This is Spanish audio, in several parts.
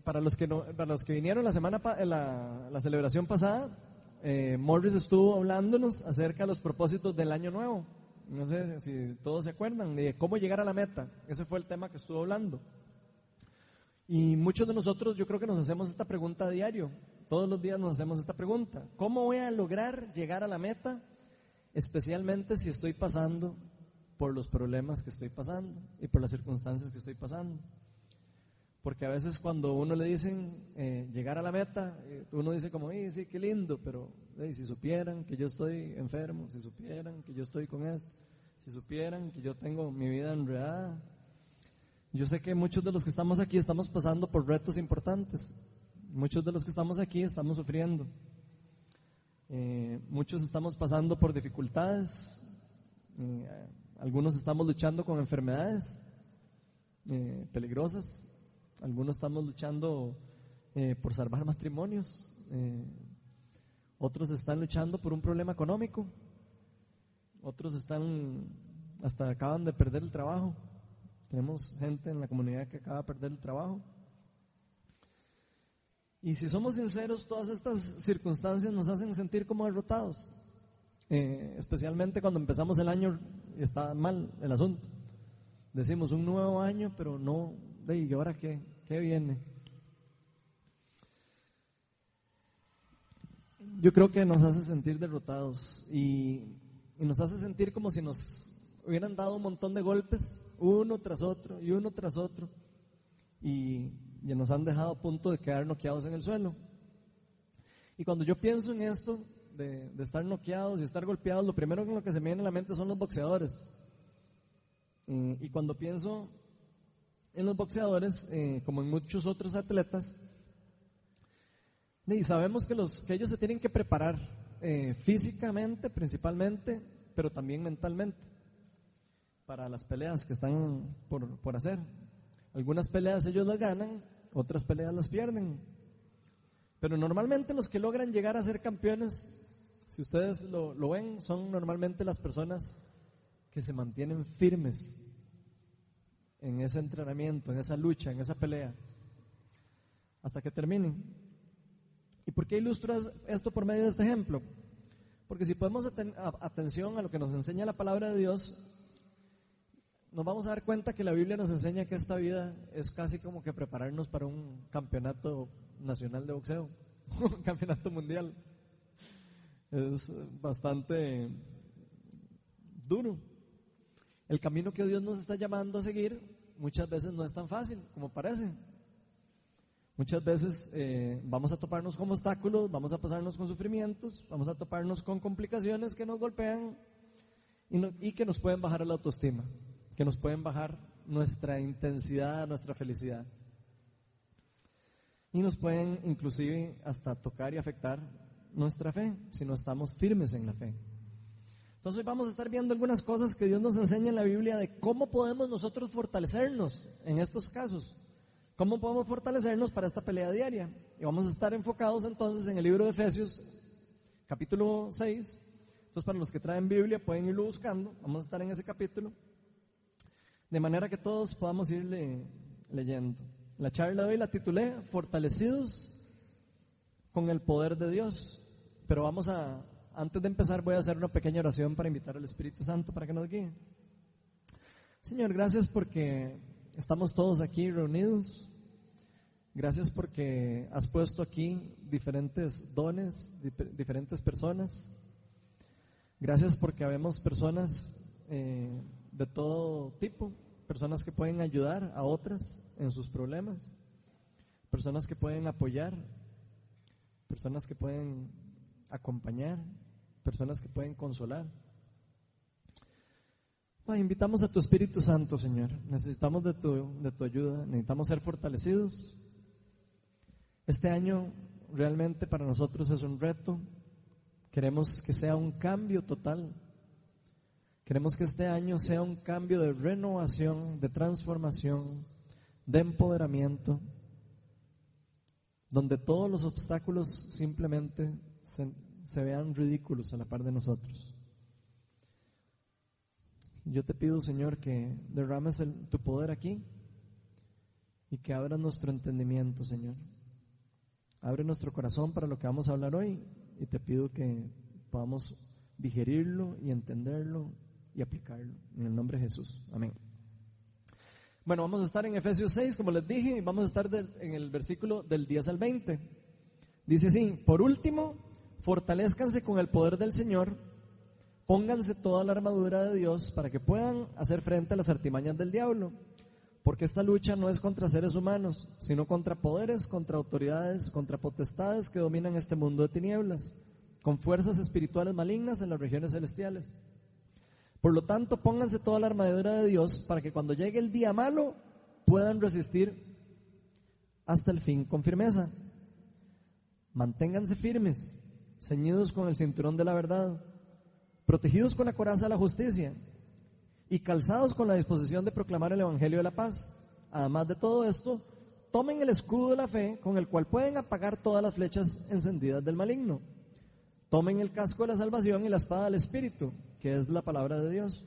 para los que vinieron la celebración pasada, Morris estuvo hablándonos acerca de los propósitos del año nuevo. No sé si todos se acuerdan de cómo llegar a la meta. Ese fue el tema que estuvo hablando. Y muchos de nosotros, yo creo que nos hacemos esta pregunta a diario. Todos los días nos hacemos esta pregunta: ¿cómo voy a lograr llegar a la meta? Especialmente si estoy pasando por los problemas que estoy pasando y por las circunstancias que estoy pasando. Porque a veces cuando uno le dicen llegar a la meta, uno dice como, sí, qué lindo, pero si supieran que yo estoy enfermo, si supieran que yo estoy con esto, si supieran que yo tengo mi vida enredada. Yo sé que muchos de los que estamos aquí estamos pasando por retos importantes. Muchos de los que estamos aquí estamos sufriendo. Muchos estamos pasando por dificultades. Algunos estamos luchando con enfermedades peligrosas. Algunos estamos luchando por salvar matrimonios. Otros están luchando por un problema económico. Otros hasta acaban de perder el trabajo. Tenemos gente en la comunidad que acaba de perder el trabajo. Y si somos sinceros, todas estas circunstancias nos hacen sentir como derrotados. Especialmente cuando empezamos el año y está mal el asunto. Decimos un nuevo año, pero no, ¿y ahora qué viene? Yo creo que nos hace sentir derrotados y nos hace sentir como si nos hubieran dado un montón de golpes, uno tras otro y uno tras otro, y nos han dejado a punto de quedar noqueados en el suelo. Y cuando yo pienso en esto, de estar noqueados y estar golpeados, lo primero en lo que se me viene a la mente son los boxeadores. Y cuando pienso en los boxeadores, como en muchos otros atletas, y sabemos que ellos se tienen que preparar físicamente principalmente, pero también mentalmente, para las peleas que están por hacer. Algunas peleas ellos las ganan, otras peleas las pierden. Pero normalmente los que logran llegar a ser campeones, si ustedes lo ven, son normalmente las personas que se mantienen firmes en ese entrenamiento, en esa lucha, en esa pelea, hasta que terminen. ¿Y por qué ilustro esto por medio de este ejemplo? Porque si ponemos atención a lo que nos enseña la palabra de Dios, nos vamos a dar cuenta que la Biblia nos enseña que esta vida es casi como que prepararnos para un campeonato nacional de boxeo, un campeonato mundial. Es bastante duro. El camino que Dios nos está llamando a seguir muchas veces no es tan fácil como parece. Muchas veces vamos a toparnos con obstáculos, vamos a pasarnos con sufrimientos, vamos a toparnos con complicaciones que nos golpean y que nos pueden bajar la autoestima, que nos pueden bajar nuestra intensidad, nuestra felicidad. Y nos pueden inclusive hasta tocar y afectar nuestra fe, si no estamos firmes en la fe. Entonces hoy vamos a estar viendo algunas cosas que Dios nos enseña en la Biblia de cómo podemos nosotros fortalecernos en estos casos. ¿Cómo podemos fortalecernos para esta pelea diaria? Y vamos a estar enfocados entonces en el libro de Efesios, capítulo 6. Entonces para los que traen Biblia pueden irlo buscando, vamos a estar en ese capítulo, de manera que todos podamos ir leyendo. La charla de hoy la titulé Fortalecidos con el poder de Dios. Pero antes de empezar voy a hacer una pequeña oración para invitar al Espíritu Santo para que nos guíe. Señor, gracias porque estamos todos aquí reunidos. Gracias porque has puesto aquí diferentes dones, diferentes personas. Gracias porque habemos personas de todo tipo, personas que pueden ayudar a otras en sus problemas, personas que pueden apoyar, personas que pueden acompañar, personas que pueden consolar. Invitamos a tu Espíritu Santo, Señor. Necesitamos de tu ayuda, necesitamos ser fortalecidos. Este año realmente para nosotros es un reto. Queremos que sea un cambio total. Queremos que este año sea un cambio de renovación, de transformación, de empoderamiento, donde todos los obstáculos simplemente se vean ridículos a la par de nosotros. Yo te pido, Señor, que derrames tu poder aquí y que abras nuestro entendimiento, Señor. Abre nuestro corazón para lo que vamos a hablar hoy y te pido que podamos digerirlo y entenderlo y aplicarlo. En el nombre de Jesús. Amén. Bueno, vamos a estar en Efesios 6, como les dije, y vamos a estar en el versículo del 10 al 20. Dice así: por último, fortalézcanse con el poder del Señor, pónganse toda la armadura de Dios para que puedan hacer frente a las artimañas del diablo. Porque esta lucha no es contra seres humanos, sino contra poderes, contra autoridades, contra potestades que dominan este mundo de tinieblas, con fuerzas espirituales malignas en las regiones celestiales. Por lo tanto, pónganse toda la armadura de Dios para que cuando llegue el día malo puedan resistir hasta el fin con firmeza. Manténganse firmes, ceñidos con el cinturón de la verdad, protegidos con la coraza de la justicia y calzados con la disposición de proclamar el Evangelio de la paz. Además de todo esto, tomen el escudo de la fe con el cual pueden apagar todas las flechas encendidas del maligno. Tomen el casco de la salvación y la espada del Espíritu, que es la palabra de Dios.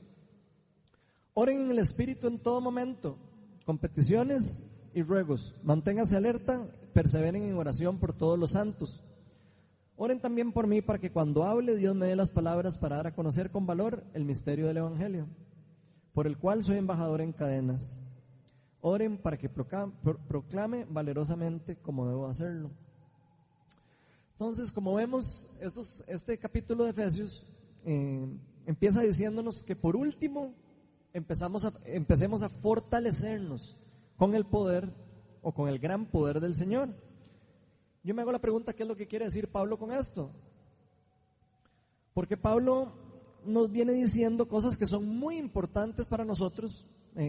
Oren en el Espíritu en todo momento, con peticiones y ruegos. Manténganse alerta, perseveren en oración por todos los santos. Oren también por mí para que cuando hable Dios me dé las palabras para dar a conocer con valor el misterio del Evangelio, por el cual soy embajador en cadenas. Oren para que proclame valerosamente como debo hacerlo. Entonces, como vemos, este capítulo de Efesios empieza diciéndonos que por último empecemos a fortalecernos con el poder o con el gran poder del Señor. Yo me hago la pregunta, ¿qué es lo que quiere decir Pablo con esto? Porque Pablo nos viene diciendo cosas que son muy importantes para nosotros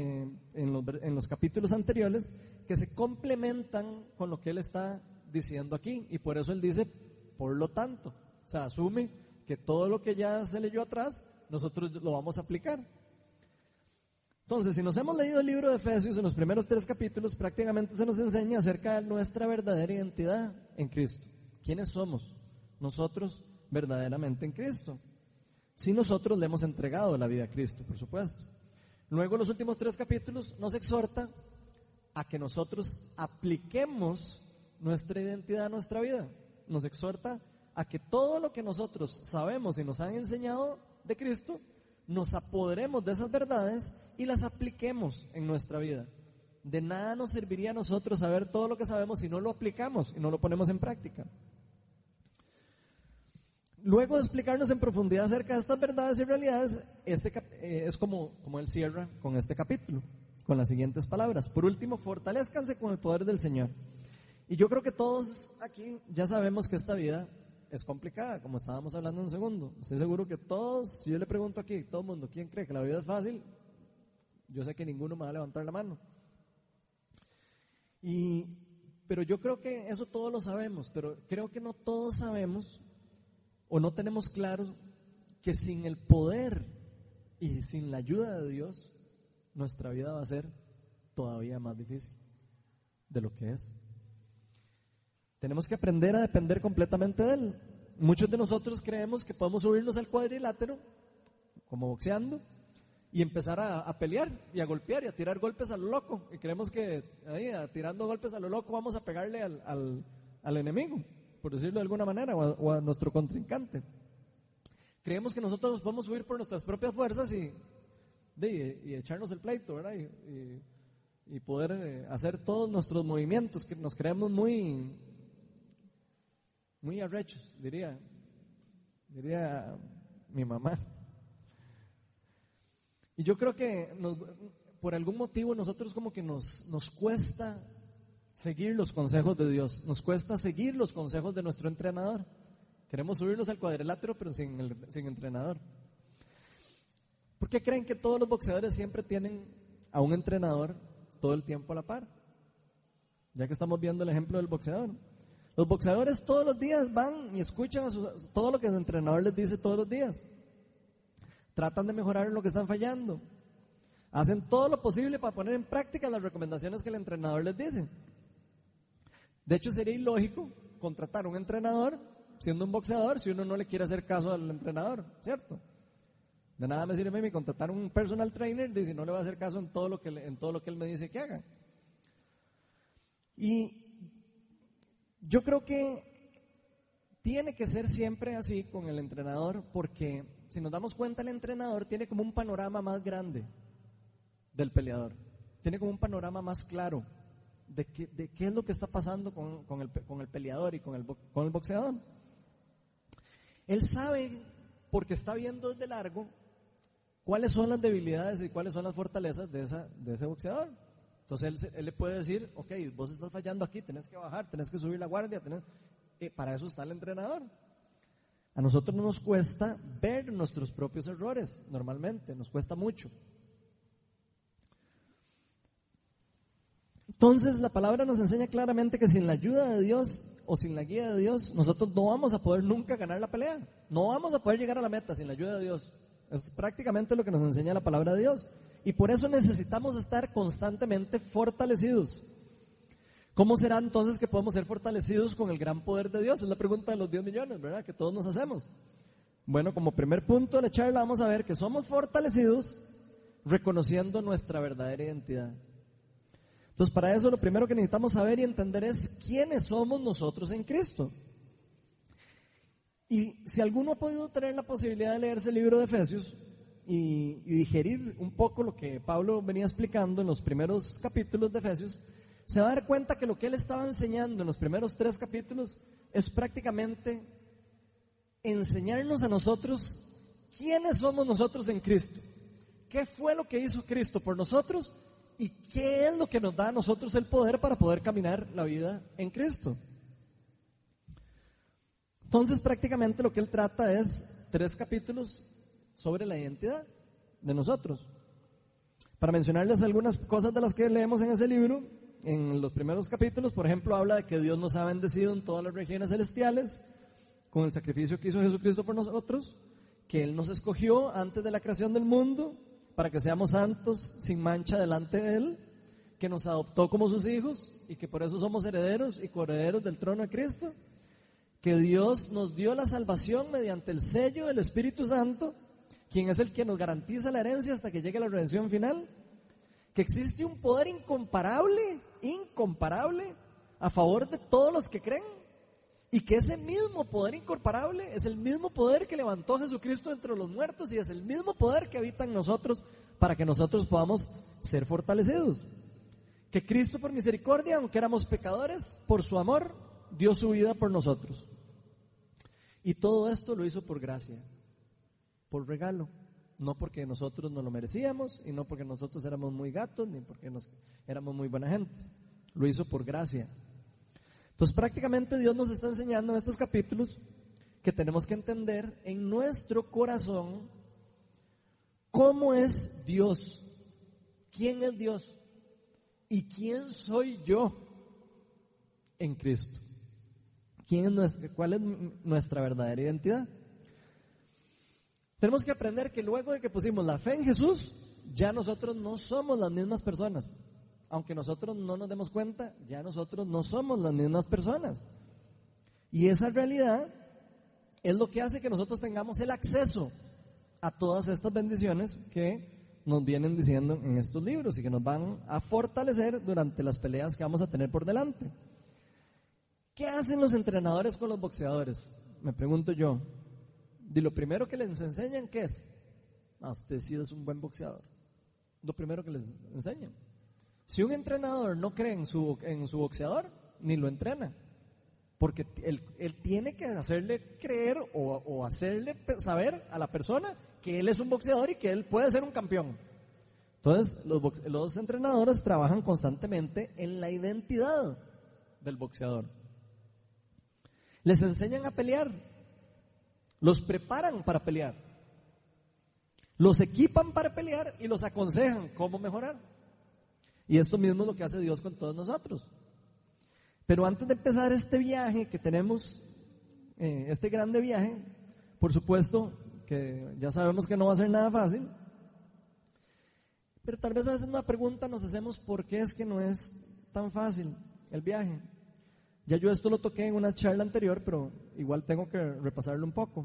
en los capítulos anteriores, que se complementan con lo que él está diciendo aquí, y por eso él dice, por lo tanto, o sea, asume que todo lo que ya se leyó atrás, nosotros lo vamos a aplicar. Entonces, si nos hemos leído el libro de Efesios en los primeros 3 capítulos, prácticamente se nos enseña acerca de nuestra verdadera identidad en Cristo. ¿Quiénes somos nosotros verdaderamente en Cristo? Si nosotros le hemos entregado la vida a Cristo, por supuesto. Luego, los últimos 3 capítulos nos exhorta a que nosotros apliquemos nuestra identidad a nuestra vida. Nos exhorta a que todo lo que nosotros sabemos y nos han enseñado de Cristo, nos apoderemos de esas verdades y las apliquemos en nuestra vida. De nada nos serviría a nosotros saber todo lo que sabemos si no lo aplicamos y no lo ponemos en práctica. Luego de explicarnos en profundidad acerca de estas verdades y realidades, es como él cierra con este capítulo, con las siguientes palabras. Por último, fortalézcanse con el poder del Señor. Y yo creo que todos aquí ya sabemos que esta vida es complicada, como estábamos hablando en un segundo. Estoy seguro que todos, si yo le pregunto aquí, todo el mundo, ¿quién cree que la vida es fácil? Yo sé que ninguno me va a levantar la mano. Pero yo creo que eso todos lo sabemos, pero creo que no todos sabemos o no tenemos claro que sin el poder y sin la ayuda de Dios, nuestra vida va a ser todavía más difícil de lo que es. Tenemos que aprender a depender completamente de Él. Muchos de nosotros creemos que podemos subirnos al cuadrilátero, como boxeando, y empezar a pelear y a golpear y a tirar golpes a lo loco. Y creemos que tirando golpes a lo loco vamos a pegarle al enemigo, por decirlo de alguna manera, o a nuestro contrincante. Creemos que nosotros nos podemos subir por nuestras propias fuerzas y echarnos el pleito, ¿verdad? Y poder hacer todos nuestros movimientos, que nos creemos muy arrechos, diría mi mamá. Y yo creo que por algún motivo nosotros como que nos cuesta seguir los consejos de Dios, nos cuesta seguir los consejos de nuestro entrenador. Queremos subirnos al cuadrilátero pero sin entrenador. ¿Por qué creen que todos los boxeadores siempre tienen a un entrenador todo el tiempo a la par? Ya que estamos viendo el ejemplo del boxeador. Los boxeadores todos los días van y escuchan todo lo que el entrenador les dice todos los días. Tratan de mejorar en lo que están fallando. Hacen todo lo posible para poner en práctica las recomendaciones que el entrenador les dice. De hecho, sería ilógico contratar un entrenador siendo un boxeador si uno no le quiere hacer caso al entrenador, ¿cierto? De nada me sirve a mí contratar un personal trainer si no le va a hacer caso en todo lo que él me dice que haga. Y yo creo que tiene que ser siempre así con el entrenador, porque si nos damos cuenta, el entrenador tiene como un panorama más grande del peleador, tiene como un panorama más claro de qué es lo que está pasando con el peleador y con el boxeador. Él sabe, porque está viendo desde largo, cuáles son las debilidades y cuáles son las fortalezas de ese boxeador. Entonces él le puede decir, ok, vos estás fallando aquí, tenés que bajar, tenés que subir la guardia, para eso está el entrenador. A nosotros no nos cuesta ver nuestros propios errores, normalmente, nos cuesta mucho. Entonces la palabra nos enseña claramente que sin la ayuda de Dios o sin la guía de Dios, nosotros no vamos a poder nunca ganar la pelea. No vamos a poder llegar a la meta sin la ayuda de Dios. Es prácticamente lo que nos enseña la palabra de Dios. Y por eso necesitamos estar constantemente fortalecidos. ¿Cómo será entonces que podemos ser fortalecidos con el gran poder de Dios? Es la pregunta de los 10 millones, ¿verdad? Que todos nos hacemos. Bueno, como primer punto de la charla vamos a ver que somos fortalecidos reconociendo nuestra verdadera identidad. Entonces, para eso lo primero que necesitamos saber y entender es quiénes somos nosotros en Cristo. Y si alguno ha podido tener la posibilidad de leerse el libro de Efesios y digerir un poco lo que Pablo venía explicando en los primeros capítulos de Efesios, se va a dar cuenta que lo que él estaba enseñando en los primeros 3 capítulos es prácticamente enseñarnos a nosotros quiénes somos nosotros en Cristo. ¿Qué fue lo que hizo Cristo por nosotros? ¿Y qué es lo que nos da a nosotros el poder para poder caminar la vida en Cristo? Entonces prácticamente lo que él trata es 3 capítulos sobre la identidad de nosotros. Para mencionarles algunas cosas de las que leemos en ese libro, en los primeros capítulos, por ejemplo, habla de que Dios nos ha bendecido en todas las regiones celestiales con el sacrificio que hizo Jesucristo por nosotros, que Él nos escogió antes de la creación del mundo para que seamos santos sin mancha delante de Él, que nos adoptó como sus hijos y que por eso somos herederos y coherederos del trono de Cristo, que Dios nos dio la salvación mediante el sello del Espíritu Santo, quien es el que nos garantiza la herencia hasta que llegue la redención final, que existe un poder incomparable a favor de todos los que creen, y que ese mismo poder incomparable es el mismo poder que levantó a Jesucristo entre los muertos y es el mismo poder que habita en nosotros para que nosotros podamos ser fortalecidos. Que Cristo por misericordia, aunque éramos pecadores, por su amor, dio su vida por nosotros. Y todo esto lo hizo por gracia, por regalo. No porque nosotros no lo merecíamos y no porque nosotros éramos muy gatos ni porque éramos muy buena gente. Lo hizo por gracia. Entonces prácticamente Dios nos está enseñando en estos capítulos que tenemos que entender en nuestro corazón cómo es Dios, quién es Dios y quién soy yo en Cristo. ¿Cuál es nuestra verdadera identidad? Tenemos que aprender que luego de que pusimos la fe en Jesús, ya nosotros no somos las mismas personas. Aunque nosotros no nos demos cuenta, ya nosotros no somos las mismas personas. Y esa realidad es lo que hace que nosotros tengamos el acceso a todas estas bendiciones que nos vienen diciendo en estos libros y que nos van a fortalecer durante las peleas que vamos a tener por delante. ¿Qué hacen los entrenadores con los boxeadores? Me pregunto yo. Y lo primero que les enseñan, ¿qué es? Usted sí es un buen boxeador. Lo primero que les enseñan. Si un entrenador no cree en su boxeador, ni lo entrena. Porque él tiene que hacerle creer o hacerle saber a la persona que él es un boxeador y que él puede ser un campeón. Entonces, los entrenadores trabajan constantemente en la identidad del boxeador. Les enseñan a pelear. Los preparan para pelear. Los equipan para pelear y los aconsejan cómo mejorar. Y esto mismo es lo que hace Dios con todos nosotros. Pero antes de empezar este viaje que tenemos, este grande viaje, por supuesto que ya sabemos que no va a ser nada fácil, pero tal vez a veces una pregunta nos hacemos: ¿por qué es que no es tan fácil el viaje? Ya yo esto lo toqué en una charla anterior, pero igual tengo que repasarlo un poco.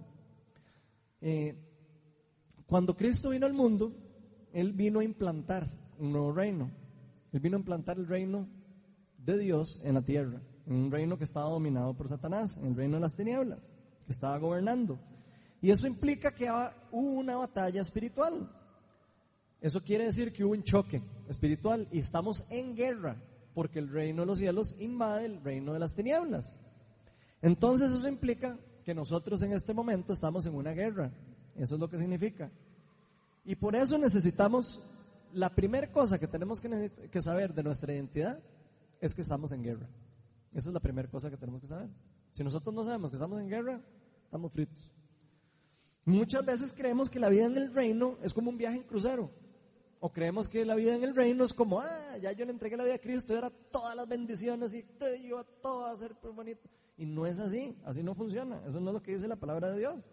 Cuando Cristo vino al mundo, Él vino a implantar un nuevo reino. Él vino a implantar el reino de Dios en la tierra, en un reino que estaba dominado por Satanás, en el reino de las tinieblas, que estaba gobernando. Y eso implica que hubo una batalla espiritual. Eso quiere decir que hubo un choque espiritual y estamos en guerra, porque el reino de los cielos invade el reino de las tinieblas. Entonces eso implica que nosotros en este momento estamos en una guerra. Eso es lo que significa. Y por eso necesitamos, la primera cosa que tenemos que saber de nuestra identidad es que estamos en guerra. Esa es la primera cosa que tenemos que saber. Si nosotros no sabemos que estamos en guerra, estamos fritos. Muchas veces creemos que la vida en el reino es como un viaje en crucero. O creemos que la vida en el reino es como, ya yo le entregué la vida a Cristo, y ahora todas las bendiciones y yo todo va a ser pues bonito. Y no es así no funciona. Eso no es lo que dice la palabra de Dios.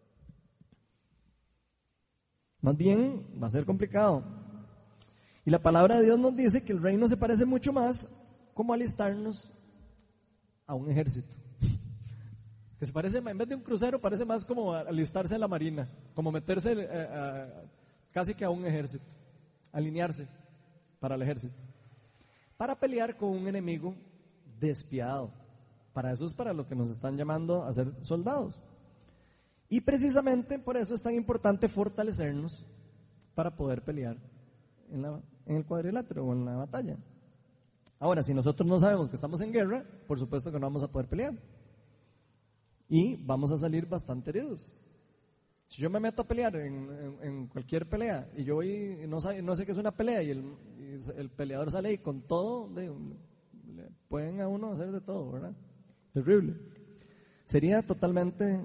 Más bien va a ser complicado. Y la palabra de Dios nos dice que el reino se parece mucho más como alistarnos a un ejército. Que se parece, en vez de un crucero, parece más como alistarse a la marina, como meterse casi que a un ejército, alinearse para el ejército, para pelear con un enemigo despiadado. Para eso es para lo que nos están llamando a ser soldados. Y precisamente por eso es tan importante fortalecernos para poder pelear en el cuadrilátero o en la batalla. Ahora, si nosotros no sabemos que estamos en guerra, por supuesto que no vamos a poder pelear. Y vamos a salir bastante heridos. Si yo me meto a pelear en cualquier pelea y yo voy, no sé qué es una pelea y el peleador sale y con todo, le pueden a uno hacer de todo, ¿verdad? Terrible. Sería totalmente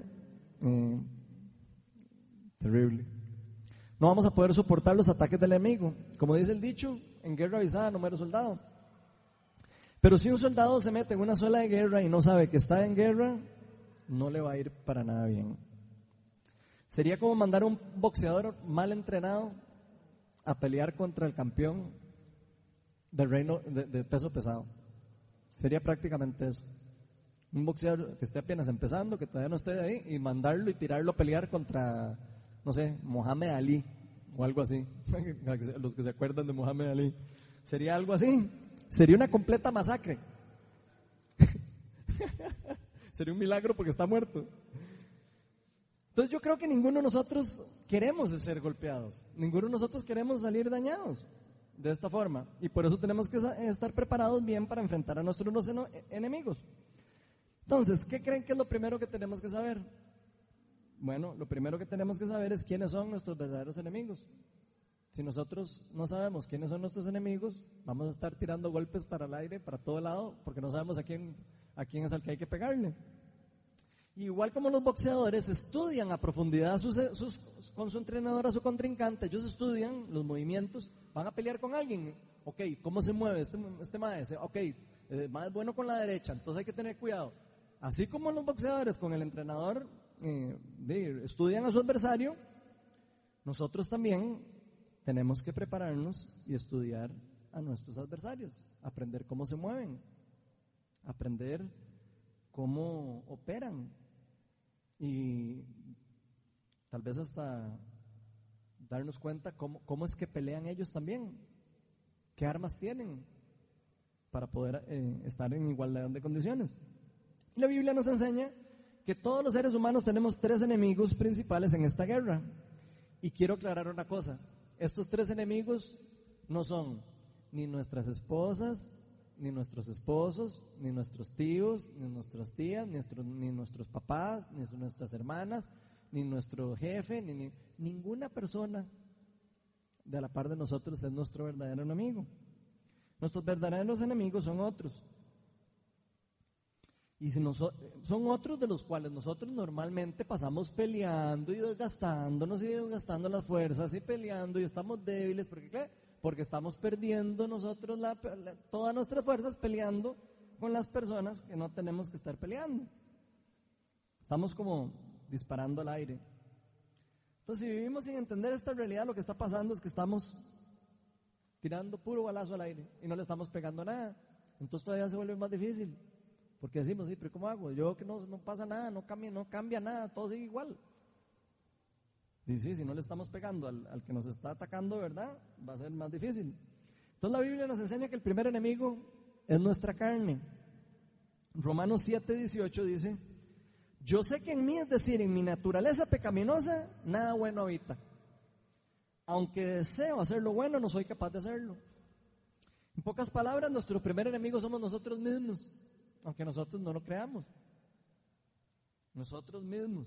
terrible. No vamos a poder soportar los ataques del enemigo. Como dice el dicho, en guerra avisada no muere soldado. Pero si un soldado se mete en una zona de guerra y no sabe que está en guerra, no le va a ir para nada bien. Sería como mandar a un boxeador mal entrenado a pelear contra el campeón del reino de peso pesado. Sería prácticamente eso. Un boxeador que esté apenas empezando, que todavía no esté de ahí, y mandarlo y tirarlo a pelear contra, no sé, Mohamed Ali o algo así. Los que se acuerdan de Mohamed Ali. Sería algo así. Sería una completa masacre. Sería un milagro porque está muerto. Entonces yo creo que ninguno de nosotros queremos ser golpeados. Ninguno de nosotros queremos salir dañados de esta forma. Y por eso tenemos que estar preparados bien para enfrentar a nuestros enemigos. Entonces, ¿qué creen que es lo primero que tenemos que saber? Bueno, lo primero que tenemos que saber es quiénes son nuestros verdaderos enemigos. Si nosotros no sabemos quiénes son nuestros enemigos, vamos a estar tirando golpes para el aire, para todo lado, porque no sabemos a quién es al que hay que pegarle. Y igual como los boxeadores estudian a profundidad con su entrenador a su contrincante, ellos estudian los movimientos, van a pelear con alguien. Ok, ¿cómo se mueve este maestro? Ok, más bueno con la derecha, entonces hay que tener cuidado. Así como los boxeadores con el entrenador estudian a su adversario, nosotros también tenemos que prepararnos y estudiar a nuestros adversarios, aprender cómo se mueven, aprender cómo operan y tal vez hasta darnos cuenta cómo es que pelean ellos también, qué armas tienen para poder estar en igualdad de condiciones. Y la Biblia nos enseña que todos los seres humanos tenemos 3 enemigos principales en esta guerra. Y quiero aclarar una cosa, estos 3 enemigos no son ni nuestras esposas, ni nuestros esposos, ni nuestros tíos, ni nuestras tías, ni nuestros papás, ni nuestras hermanas, ni nuestro jefe, ni ninguna persona de a la par de nosotros es nuestro verdadero enemigo. Nuestros verdaderos enemigos son otros. Y son otros de los cuales nosotros normalmente pasamos peleando y desgastándonos y desgastando las fuerzas y peleando y estamos débiles. ¿Por qué? Porque estamos perdiendo nosotros todas nuestras fuerzas peleando con las personas que no tenemos que estar peleando. Estamos como disparando al aire. Entonces, si vivimos sin entender esta realidad, lo que está pasando es que estamos tirando puro balazo al aire y no le estamos pegando nada. Entonces todavía se vuelve más difícil. Porque decimos, sí, pero ¿cómo hago? Yo que no pasa nada, no cambia nada, todo sigue igual. Y sí, si no le estamos pegando al que nos está atacando, ¿verdad? Va a ser más difícil. Entonces la Biblia nos enseña que el primer enemigo es nuestra carne. Romanos 7:18 dice: yo sé que en mí, es decir, en mi naturaleza pecaminosa, nada bueno habita. Aunque deseo hacer lo bueno, no soy capaz de hacerlo. En pocas palabras, nuestro primer enemigo somos nosotros mismos, aunque nosotros no lo creamos. Nosotros mismos.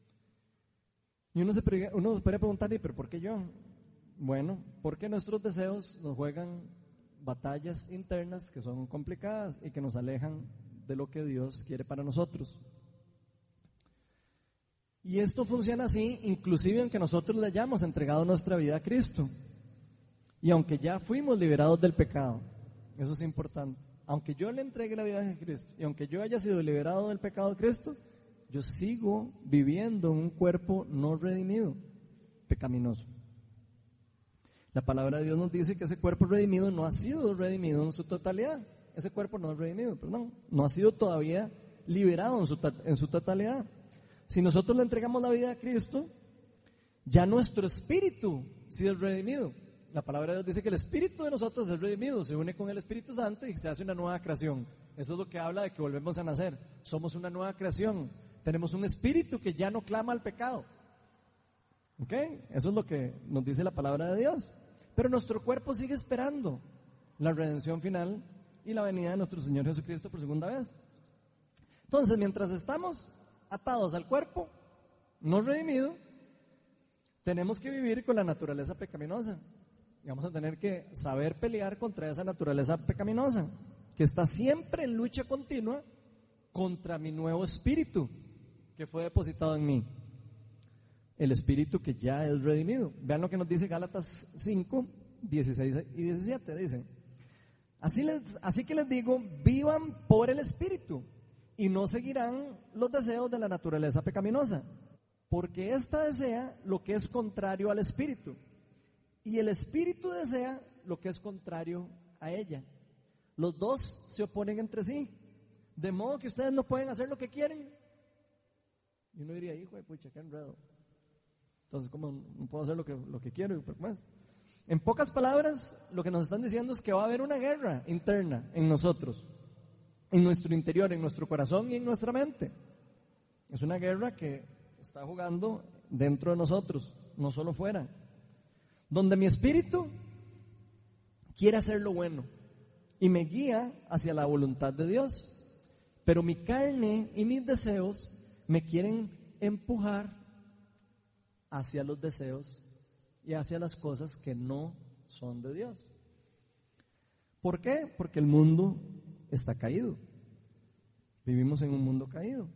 Y uno se podría preguntar, ¿pero por qué yo? Bueno, porque nuestros deseos nos juegan batallas internas que son complicadas y que nos alejan de lo que Dios quiere para nosotros. Y esto funciona así, inclusive aunque nosotros le hayamos entregado nuestra vida a Cristo. Y aunque ya fuimos liberados del pecado, eso es importante. Aunque yo le entregue la vida a Cristo y aunque yo haya sido liberado del pecado de Cristo, yo sigo viviendo en un cuerpo no redimido, pecaminoso. La palabra de Dios nos dice que ese cuerpo redimido no ha sido redimido en su totalidad. Ese cuerpo no es redimido, perdón, no ha sido todavía liberado en su totalidad. Si nosotros le entregamos la vida a Cristo, ya nuestro espíritu sí es redimido. La palabra de Dios dice que el espíritu de nosotros es redimido, se une con el Espíritu Santo y se hace una nueva creación. Eso es lo que habla de que volvemos a nacer. Somos una nueva creación. Tenemos un espíritu que ya no clama al pecado. ¿Ok? Eso es lo que nos dice la palabra de Dios. Pero nuestro cuerpo sigue esperando la redención final y la venida de nuestro Señor Jesucristo por segunda vez. Entonces, mientras estamos atados al cuerpo no redimido, tenemos que vivir con la naturaleza pecaminosa. Y vamos a tener que saber pelear contra esa naturaleza pecaminosa, que está siempre en lucha continua contra mi nuevo espíritu que fue depositado en mí. El espíritu que ya es redimido. Vean lo que nos dice Gálatas 5, 16 y 17. Dice: así que les digo, vivan por el espíritu y no seguirán los deseos de la naturaleza pecaminosa, porque ésta desea lo que es contrario al espíritu y el espíritu desea lo que es contrario a ella. Los dos se oponen entre sí, de modo que ustedes no pueden hacer lo que quieren. Y uno diría: hijo de pucha, qué enredo. Entonces, ¿cómo no puedo hacer lo que quiero? Pues, en pocas palabras, lo que nos están diciendo es que va a haber una guerra interna en nosotros, en nuestro interior, en nuestro corazón y en nuestra mente. Es una guerra que está jugando dentro de nosotros, no solo fuera. Donde mi espíritu quiere hacer lo bueno y me guía hacia la voluntad de Dios, pero mi carne y mis deseos me quieren empujar hacia los deseos y hacia las cosas que no son de Dios. ¿Por qué? Porque el mundo está caído. Vivimos en un mundo caído.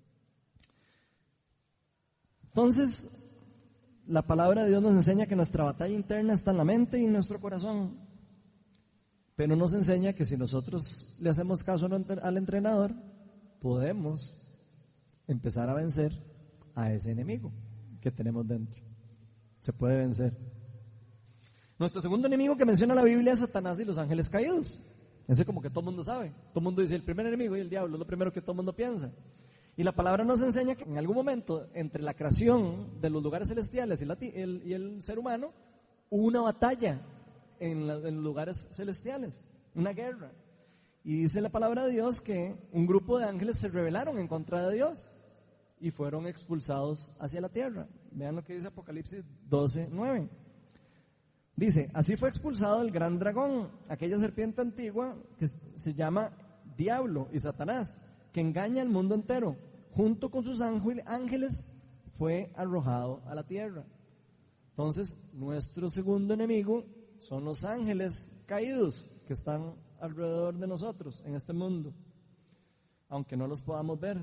Entonces, la palabra de Dios nos enseña que nuestra batalla interna está en la mente y en nuestro corazón. Pero nos enseña que si nosotros le hacemos caso al entrenador, podemos empezar a vencer a ese enemigo que tenemos dentro. Se puede vencer. Nuestro segundo enemigo que menciona la Biblia es Satanás y los ángeles caídos. Ese como que todo el mundo sabe. Todo el mundo dice el primer enemigo y el diablo, es lo primero que todo el mundo piensa. Y la palabra nos enseña que en algún momento entre la creación de los lugares celestiales y el ser humano hubo una batalla en los lugares celestiales, una guerra. Y dice la palabra de Dios que un grupo de ángeles se rebelaron en contra de Dios y fueron expulsados hacia la tierra. Vean lo que dice Apocalipsis 12:9. Dice: así fue expulsado el gran dragón, aquella serpiente antigua que se llama Diablo y Satanás, que engaña al mundo entero. Junto con sus ángeles fue arrojado a la tierra. Entonces, nuestro segundo enemigo son los ángeles caídos que están alrededor de nosotros en este mundo, aunque no los podamos ver.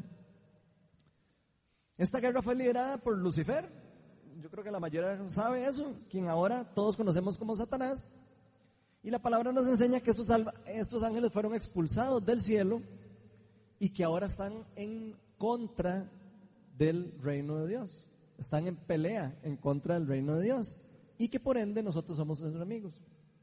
Esta guerra fue liderada por Lucifer. Yo creo que la mayoría sabe eso, quien ahora todos conocemos como Satanás. Y la palabra nos enseña que estos ángeles fueron expulsados del cielo y que ahora están en contra del reino de Dios. Están en pelea en contra del reino de Dios y que por ende nosotros somos sus enemigos.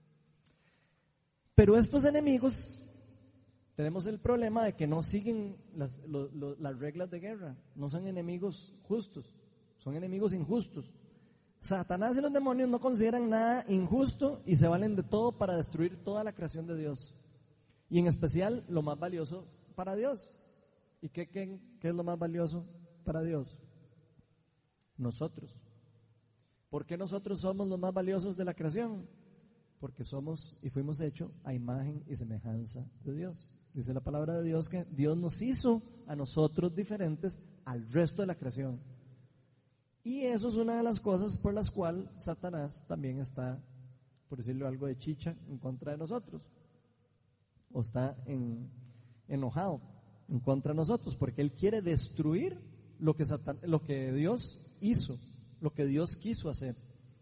Pero estos enemigos, tenemos el problema de que no siguen las reglas de guerra. No son enemigos justos, son enemigos injustos. Satanás y los demonios no consideran nada injusto y se valen de todo para destruir toda la creación de Dios. y en especial lo más valioso para Dios. ¿Y qué es lo más valioso para Dios? Nosotros. ¿Por qué nosotros somos los más valiosos de la creación? Porque somos y fuimos hechos a imagen y semejanza de Dios. Dice la palabra de Dios que Dios nos hizo a nosotros diferentes al resto de la creación. Y eso es una de las cosas por las cuales Satanás también está, por decirlo algo de chicha, en contra de nosotros. O está enojado en contra de nosotros, porque él quiere destruir lo que Dios hizo, lo que Dios quiso hacer.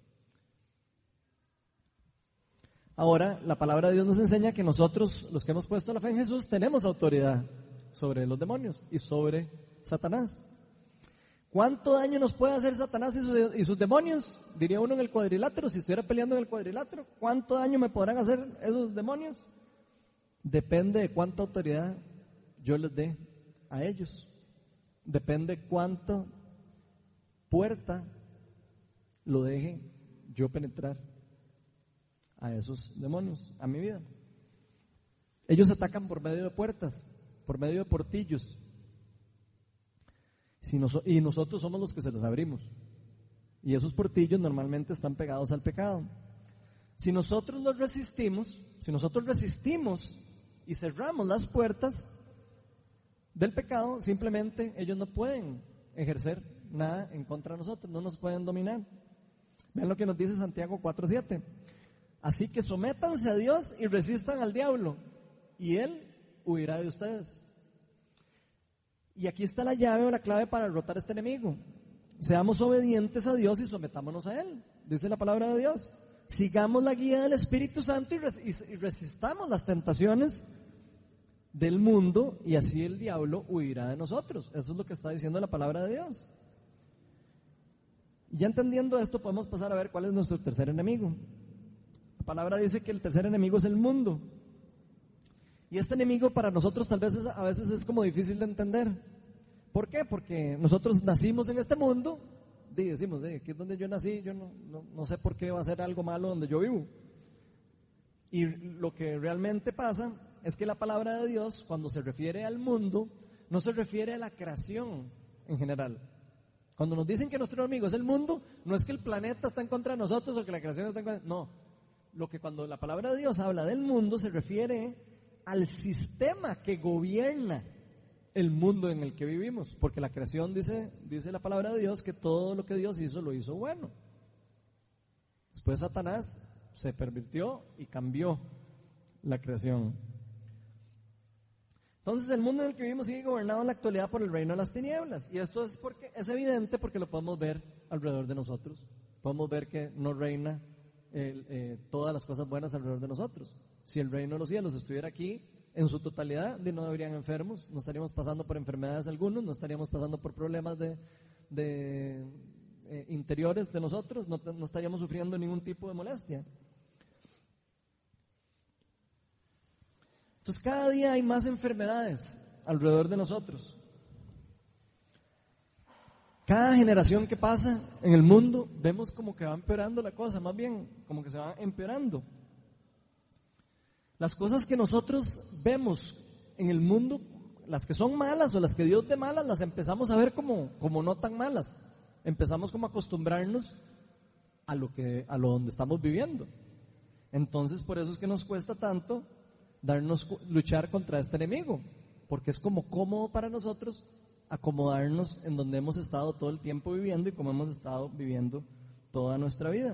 Ahora, la palabra de Dios nos enseña que nosotros, los que hemos puesto la fe en Jesús, tenemos autoridad sobre los demonios y sobre Satanás. ¿Cuánto daño nos puede hacer Satanás y sus demonios? Diría uno en el cuadrilátero, si estuviera peleando en el cuadrilátero, ¿cuánto daño me podrán hacer esos demonios? Depende de cuánta autoridad yo les dé a ellos. Depende cuánta puerta lo deje yo penetrar a esos demonios, a mi vida. Ellos atacan por medio de puertas, por medio de portillos. Y nosotros somos los que se los abrimos. Y esos portillos normalmente están pegados al pecado. Si nosotros resistimos y cerramos las puertas del pecado, simplemente ellos no pueden ejercer nada en contra de nosotros, no nos pueden dominar. Vean lo que nos dice Santiago 4:7. Así que sométanse a Dios y resistan al diablo, y él huirá de ustedes. Y aquí está la llave o la clave para derrotar a este enemigo. Seamos obedientes a Dios y sometámonos a él, dice la palabra de Dios. Sigamos la guía del Espíritu Santo y resistamos las tentaciones del mundo, y así el diablo huirá de nosotros. Eso es lo que está diciendo la palabra de Dios. Ya entendiendo esto, podemos pasar a ver cuál es nuestro tercer enemigo. La palabra dice que el tercer enemigo es el mundo. Y este enemigo para nosotros tal vez a veces es como difícil de entender. ¿Por qué? Porque nosotros nacimos en este mundo y decimos, aquí es donde yo nací, yo no sé por qué va a ser algo malo donde yo vivo. Y lo que realmente pasa es que la palabra de Dios, cuando se refiere al mundo, no se refiere a la creación en general. Cuando nos dicen que nuestro enemigo es el mundo, no es que el planeta está en contra de nosotros o que la creación está en contra. No, cuando la palabra de Dios habla del mundo, se refiere al sistema que gobierna el mundo en el que vivimos, porque la creación dice la palabra de Dios que todo lo que Dios hizo lo hizo bueno. Después Satanás se pervirtió y cambió la creación. Entonces el mundo en el que vivimos sigue gobernado en la actualidad por el reino de las tinieblas, y esto es evidente porque lo podemos ver alrededor de nosotros. Podemos ver que no reina todas las cosas buenas alrededor de nosotros. Si el reino de los cielos estuviera aquí en su totalidad, no habrían enfermos, no estaríamos pasando por enfermedades algunos, no estaríamos pasando por problemas interiores de nosotros, no estaríamos sufriendo ningún tipo de molestia. Entonces cada día hay más enfermedades alrededor de nosotros. Cada generación que pasa en el mundo vemos como que va empeorando la cosa, más bien como que se va empeorando. Las cosas que nosotros vemos en el mundo, las que son malas o las que Dios ve malas, las empezamos a ver como no tan malas. Empezamos como a acostumbrarnos a lo donde estamos viviendo. Entonces por eso es que nos cuesta tanto luchar contra este enemigo, porque es como cómodo para nosotros acomodarnos en donde hemos estado todo el tiempo viviendo y como hemos estado viviendo toda nuestra vida.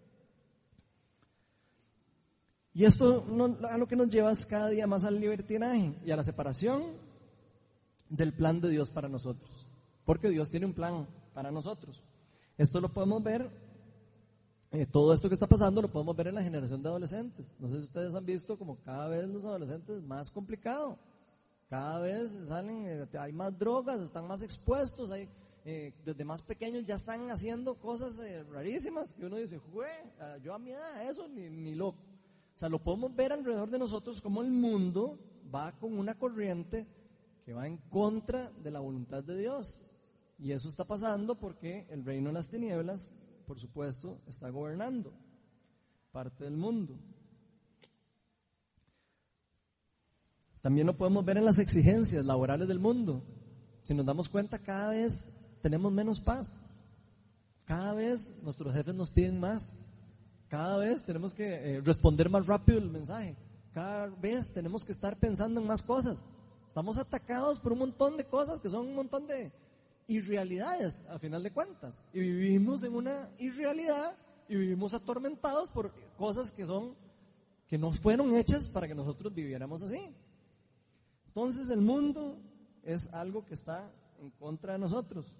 Y esto a lo que nos lleva es cada día más al libertinaje y a la separación del plan de Dios para nosotros, porque Dios tiene un plan para nosotros. Esto lo podemos ver, todo esto que está pasando lo podemos ver en la generación de adolescentes. No sé si ustedes han visto como cada vez los adolescentes más complicado, cada vez salen, hay más drogas, están más expuestos, desde más pequeños ya están haciendo cosas rarísimas que uno dice, yo a mi edad eso ni loco. O sea, lo podemos ver alrededor de nosotros como el mundo va con una corriente que va en contra de la voluntad de Dios. Y eso está pasando porque el reino de las tinieblas, por supuesto, está gobernando parte del mundo. También lo podemos ver en las exigencias laborales del mundo. Si nos damos cuenta, cada vez tenemos menos paz. Cada vez nuestros jefes nos piden más. Cada vez tenemos que responder más rápido el mensaje. Cada vez tenemos que estar pensando en más cosas. Estamos atacados por un montón de cosas que son un montón de irrealidades, a final de cuentas. Y vivimos en una irrealidad y vivimos atormentados por cosas que no fueron hechas para que nosotros viviéramos así. Entonces el mundo es algo que está en contra de nosotros.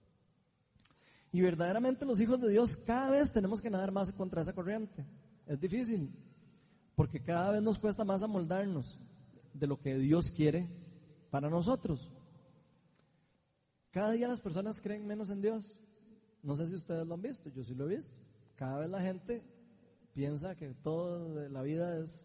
Y verdaderamente los hijos de Dios cada vez tenemos que nadar más contra esa corriente. Es difícil, porque cada vez nos cuesta más amoldarnos de lo que Dios quiere para nosotros. Cada día las personas creen menos en Dios. No sé si ustedes lo han visto, yo sí lo he visto. Cada vez la gente piensa que toda la vida es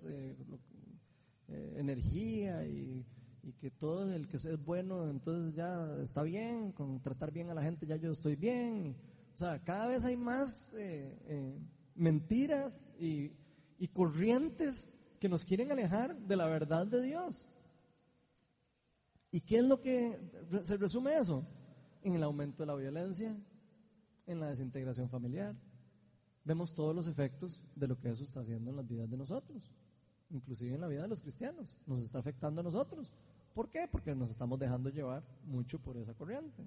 energía y que todo el que es bueno entonces ya está bien, con tratar bien a la gente ya yo estoy bien. O sea, cada vez hay más mentiras y corrientes que nos quieren alejar de la verdad de Dios. ¿Y qué es lo que se resume eso? En el aumento de la violencia, en la desintegración familiar. Vemos todos los efectos de lo que eso está haciendo en las vidas de nosotros, inclusive en la vida de los cristianos. Nos está afectando a nosotros. ¿Por qué? Porque nos estamos dejando llevar mucho por esa corriente.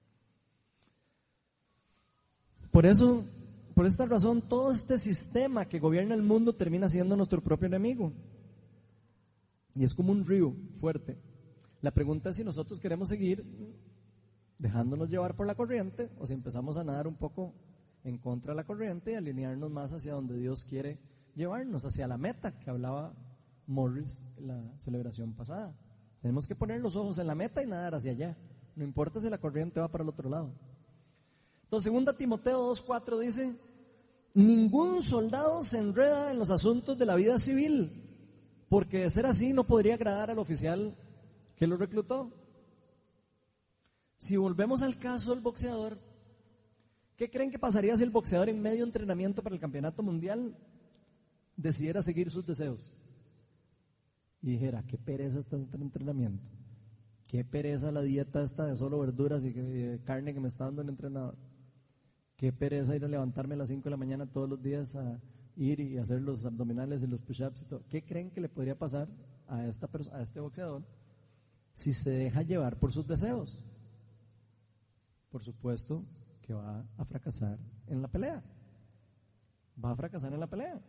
Por eso, por esta razón, todo este sistema que gobierna el mundo termina siendo nuestro propio enemigo. Y es como un río fuerte. La pregunta es si nosotros queremos seguir dejándonos llevar por la corriente o si empezamos a nadar un poco en contra de la corriente y alinearnos más hacia donde Dios quiere llevarnos, hacia la meta que hablaba Morris en la celebración pasada. Tenemos que poner los ojos en la meta y nadar hacia allá. No importa si la corriente va para el otro lado. Entonces, 2 Timoteo 2:4 dice: ningún soldado se enreda en los asuntos de la vida civil, porque de ser así no podría agradar al oficial que lo reclutó. Si volvemos al caso del boxeador, ¿qué creen que pasaría si el boxeador en medio de entrenamiento para el campeonato mundial decidiera seguir sus deseos? Y dijera, qué pereza este entrenamiento, qué pereza la dieta esta de solo verduras y carne que me está dando el entrenador, qué pereza ir a levantarme a las 5 de la mañana todos los días a ir y hacer los abdominales y los push-ups y todo. ¿Qué creen que le podría pasar a este boxeador si se deja llevar por sus deseos? Por supuesto que va a fracasar en la pelea. Va a fracasar en la pelea.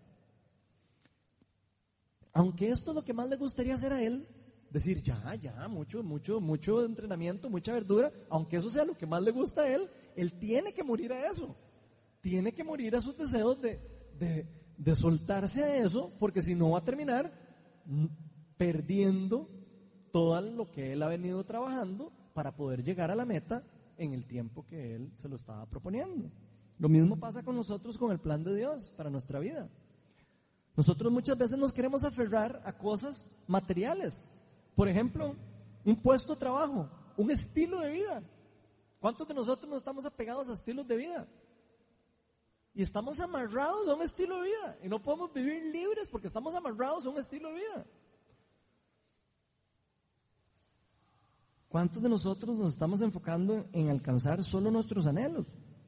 Aunque esto es lo que más le gustaría hacer a él, decir mucho entrenamiento, mucha verdura, aunque eso sea lo que más le gusta a él tiene que morir a eso. Tiene que morir a sus deseos de soltarse a eso, porque si no va a terminar perdiendo todo lo que él ha venido trabajando para poder llegar a la meta en el tiempo que él se lo estaba proponiendo. Lo mismo pasa con nosotros con el plan de Dios para nuestra vida. Nosotros muchas veces nos queremos aferrar a cosas materiales. Por ejemplo, un puesto de trabajo, un estilo de vida. ¿Cuántos de nosotros no estamos apegados a estilos de vida? Y estamos amarrados a un estilo de vida. Y no podemos vivir libres porque estamos amarrados a un estilo de vida. ¿Cuántos de nosotros nos estamos enfocando en alcanzar solo nuestros anhelos?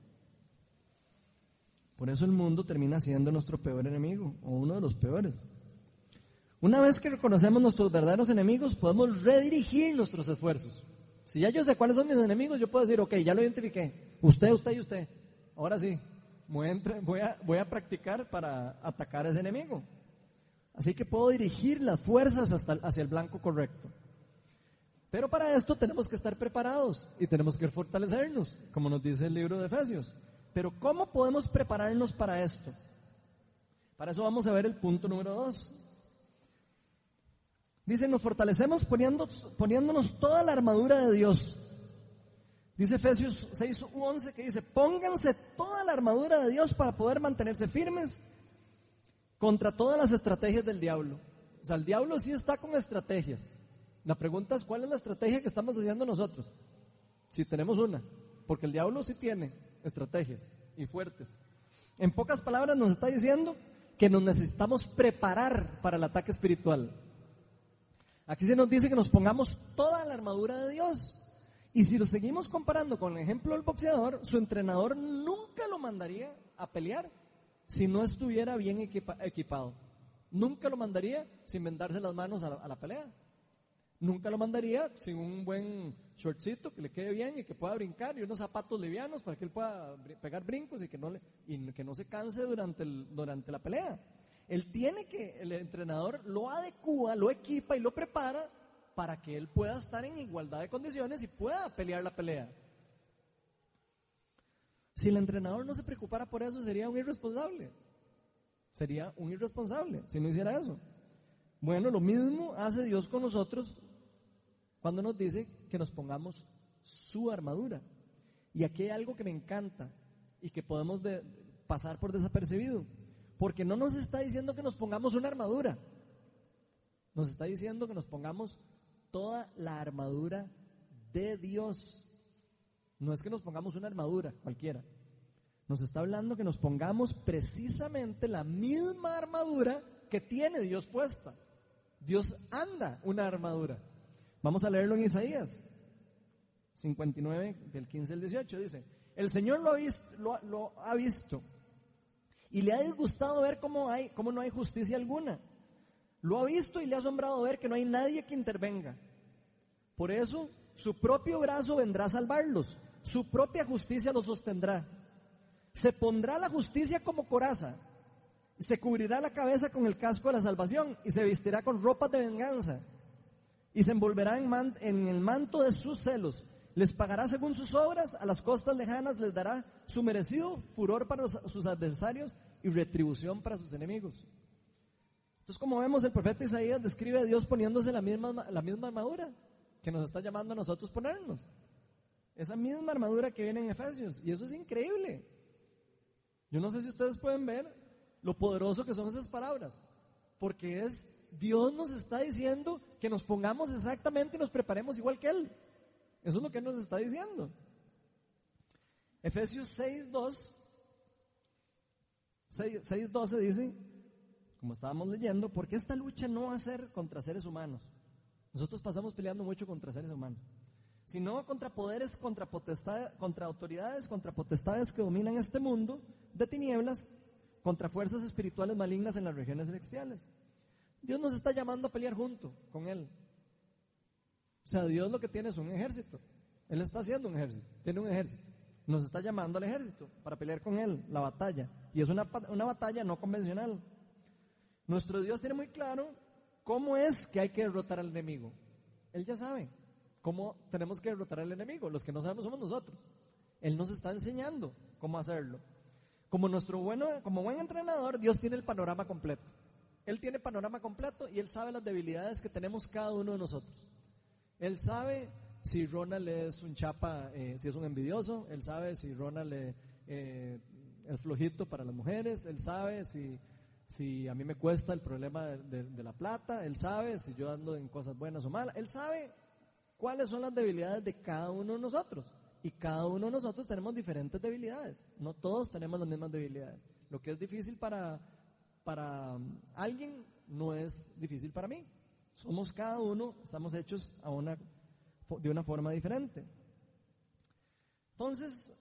Por eso el mundo termina siendo nuestro peor enemigo, o uno de los peores. Una vez que reconocemos nuestros verdaderos enemigos, podemos redirigir nuestros esfuerzos. Si ya yo sé cuáles son mis enemigos, yo puedo decir, ok, ya lo identifiqué. Usted y usted. Ahora sí, voy a practicar para atacar a ese enemigo. Así que puedo dirigir las fuerzas hacia el blanco correcto. Pero para esto tenemos que estar preparados y tenemos que fortalecernos, como nos dice el libro de Efesios. Pero ¿cómo podemos prepararnos para esto? Para eso vamos a ver el punto número 2. Dice, nos fortalecemos poniéndonos toda la armadura de Dios. Dice Efesios 6:11 que dice, pónganse toda la armadura de Dios para poder mantenerse firmes contra todas las estrategias del diablo. O sea, el diablo sí está con estrategias. La pregunta es, ¿cuál es la estrategia que estamos haciendo nosotros? Si tenemos una, porque el diablo sí tiene estrategias y fuertes. En pocas palabras nos está diciendo que nos necesitamos preparar para el ataque espiritual. Aquí se nos dice que nos pongamos toda la armadura de Dios. Y si lo seguimos comparando con el ejemplo del boxeador, su entrenador nunca lo mandaría a pelear si no estuviera bien equipado. Nunca lo mandaría sin vendarse las manos a la pelea. Nunca lo mandaría sin un buen shortcito que le quede bien y que pueda brincar, y unos zapatos livianos para que él pueda pegar brincos y que no se canse durante la pelea. El entrenador lo adecua, lo equipa y lo prepara para que él pueda estar en igualdad de condiciones y pueda pelear la pelea. Si el entrenador no se preocupara por eso, sería un irresponsable. Sería un irresponsable si no hiciera eso. Bueno, lo mismo hace Dios con nosotros cuando nos dice que nos pongamos su armadura. Y aquí hay algo que me encanta y que podemos pasar por desapercibido. Porque no nos está diciendo que nos pongamos una armadura. Nos está diciendo que nos pongamos toda la armadura de Dios. No es que nos pongamos una armadura cualquiera. Nos está hablando que nos pongamos precisamente la misma armadura que tiene Dios puesta. Dios anda una armadura. Vamos a leerlo en Isaías 59, del 15 al 18. Dice: el Señor lo ha visto y le ha disgustado ver cómo no hay justicia alguna. Lo ha visto y le ha asombrado ver que no hay nadie que intervenga. Por eso, su propio brazo vendrá a salvarlos. Su propia justicia los sostendrá. Se pondrá la justicia como coraza. Se cubrirá la cabeza con el casco de la salvación y se vestirá con ropas de venganza. Y se envolverá en el manto de sus celos. Les pagará según sus obras, a las costas lejanas les dará su merecido furor para sus adversarios y retribución para sus enemigos. Entonces, como vemos, el profeta Isaías describe a Dios poniéndose la misma armadura que nos está llamando a nosotros ponernos. Esa misma armadura que viene en Efesios. Y eso es increíble. Yo no sé si ustedes pueden ver lo poderoso que son esas palabras. Porque Dios nos está diciendo que nos pongamos exactamente y nos preparemos igual que Él. Eso es lo que Él nos está diciendo. Efesios 6:12 dice, como estábamos leyendo, porque esta lucha no va a ser contra seres humanos. Nosotros pasamos peleando mucho contra seres humanos, sino contra poderes, contra potestades, contra autoridades, contra potestades que dominan este mundo de tinieblas, contra fuerzas espirituales malignas en las regiones celestiales. Dios nos está llamando a pelear junto con Él. O sea, Dios lo que tiene es un ejército. Él está haciendo un ejército, tiene un ejército. Nos está llamando al ejército para pelear con Él, la batalla. Y es una batalla no convencional. Nuestro Dios tiene muy claro cómo es que hay que derrotar al enemigo. Él ya sabe cómo tenemos que derrotar al enemigo. Los que no sabemos somos nosotros. Él nos está enseñando cómo hacerlo. Como buen entrenador, Dios tiene el panorama completo. Él tiene panorama completo y Él sabe las debilidades que tenemos cada uno de nosotros. Él sabe si Ronald es un chapa, si es un envidioso. Él sabe si Ronald es flojito para las mujeres. Él sabe si a mí me cuesta el problema de la plata. Él sabe si yo ando en cosas buenas o malas. Él sabe cuáles son las debilidades de cada uno de nosotros. Y cada uno de nosotros tenemos diferentes debilidades. No todos tenemos las mismas debilidades. Lo que es difícil para alguien no es difícil para mí. Cada uno, estamos hechos de una forma diferente. Entonces,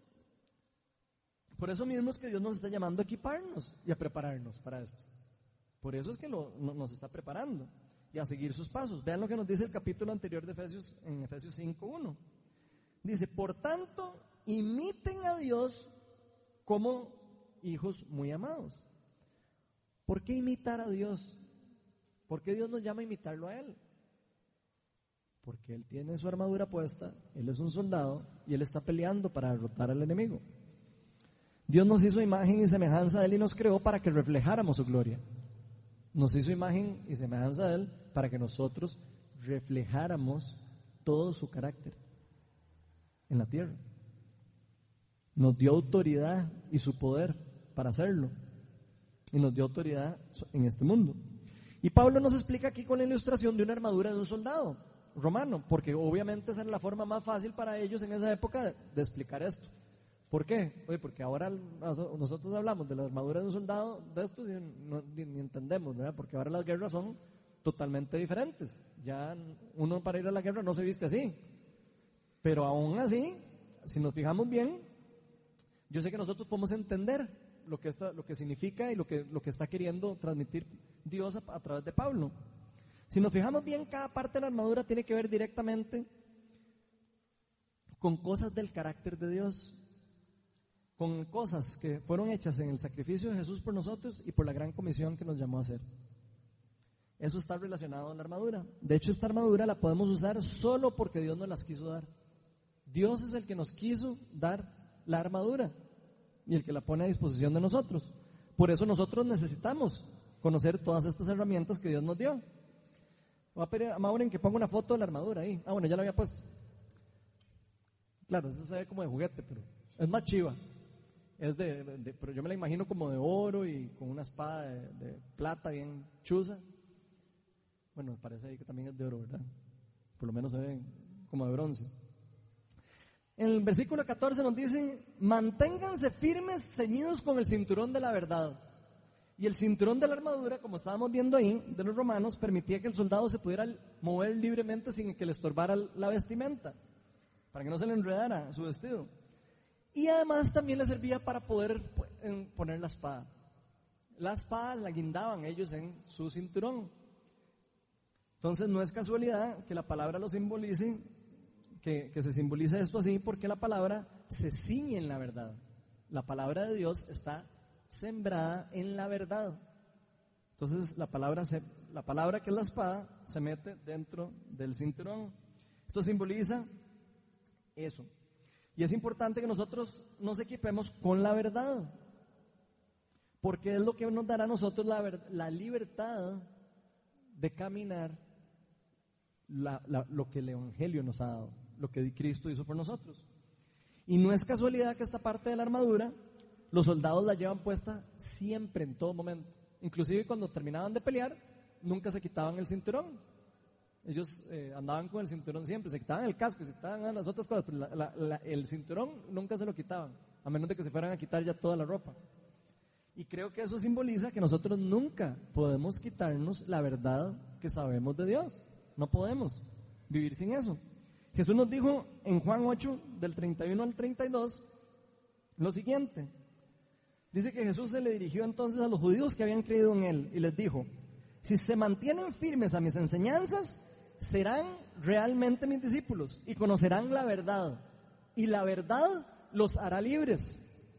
por eso mismo es que Dios nos está llamando a equiparnos y a prepararnos para esto. Por eso es que nos está preparando y a seguir sus pasos. Vean lo que nos dice el capítulo anterior de Efesios, en Efesios 5:1. Dice: por tanto, imiten a Dios como hijos muy amados. ¿Por qué imitar a Dios? ¿Por qué Dios nos llama a imitarlo a Él? Porque Él tiene su armadura puesta, Él es un soldado y Él está peleando para derrotar al enemigo. Dios nos hizo imagen y semejanza de Él y nos creó para que reflejáramos su gloria. Nos hizo imagen y semejanza de Él para que nosotros reflejáramos todo su carácter en la tierra. Nos dio autoridad y su poder para hacerlo. Y nos dio autoridad en este mundo. Y Pablo nos explica aquí con la ilustración de una armadura de un soldado romano, porque obviamente esa era la forma más fácil para ellos en esa época de explicar esto. ¿Por qué? Oye, porque ahora nosotros hablamos de la armadura de un soldado de estos y ni entendemos, ¿verdad? Porque ahora las guerras son totalmente diferentes. Ya uno para ir a la guerra no se viste así. Pero aún así, si nos fijamos bien, yo sé que nosotros podemos entender lo que significa y lo que está queriendo transmitir Dios a través de Pablo. Si nos fijamos bien, cada parte de la armadura tiene que ver directamente con cosas del carácter de Dios, con cosas que fueron hechas en el sacrificio de Jesús por nosotros y por la gran comisión que nos llamó a hacer. Eso está relacionado a la armadura. De hecho, esta armadura la podemos usar solo porque Dios nos las quiso dar. Dios es el que nos quiso dar la armadura y el que la pone a disposición de nosotros. Por eso nosotros necesitamos conocer todas estas herramientas que Dios nos dio. Voy a pedir a Maureen que ponga una foto de la armadura ahí. Bueno, ya la había puesto. Claro, eso se ve como de juguete, pero es más chiva. Es pero yo me la imagino como de oro y con una espada de plata bien chuza. Bueno, parece ahí que también es de oro, ¿verdad? Por lo menos se ve como de bronce. En el versículo 14 nos dice: manténganse firmes, ceñidos con el cinturón de la verdad. Y el cinturón de la armadura, como estábamos viendo ahí, de los romanos, permitía que el soldado se pudiera mover libremente sin que le estorbara la vestimenta, para que no se le enredara su vestido. Y además también le servía para poder poner la espada. La espada la guindaban ellos en su cinturón. Entonces no es casualidad que la palabra lo simbolice, que se simbolice esto así, porque la palabra se ciñe en la verdad. La palabra de Dios está sembrada en la verdad. Entonces la palabra que es la espada se mete dentro del cinturón. Esto simboliza eso. Y es importante que nosotros nos equipemos con la verdad, porque es lo que nos dará a nosotros la libertad de caminar lo que el Evangelio nos ha dado, lo que Cristo hizo por nosotros. Y no es casualidad que esta parte de la armadura los soldados la llevan puesta siempre, en todo momento. Inclusive cuando terminaban de pelear, nunca se quitaban el cinturón. Ellos andaban con el cinturón siempre, se quitaban el casco, se quitaban las otras cosas, pero el cinturón nunca se lo quitaban, a menos de que se fueran a quitar ya toda la ropa. Y creo que eso simboliza que nosotros nunca podemos quitarnos la verdad que sabemos de Dios. No podemos vivir sin eso. Jesús nos dijo en Juan 8, del 31 al 32, lo siguiente. Dice que Jesús se le dirigió entonces a los judíos que habían creído en Él y les dijo: si se mantienen firmes a mis enseñanzas, serán realmente mis discípulos y conocerán la verdad. Y la verdad los hará libres.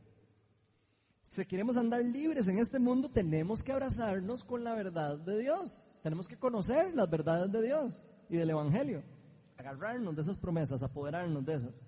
Si queremos andar libres en este mundo, tenemos que abrazarnos con la verdad de Dios. Tenemos que conocer las verdades de Dios y del Evangelio. Agarrarnos de esas promesas, apoderarnos de esas.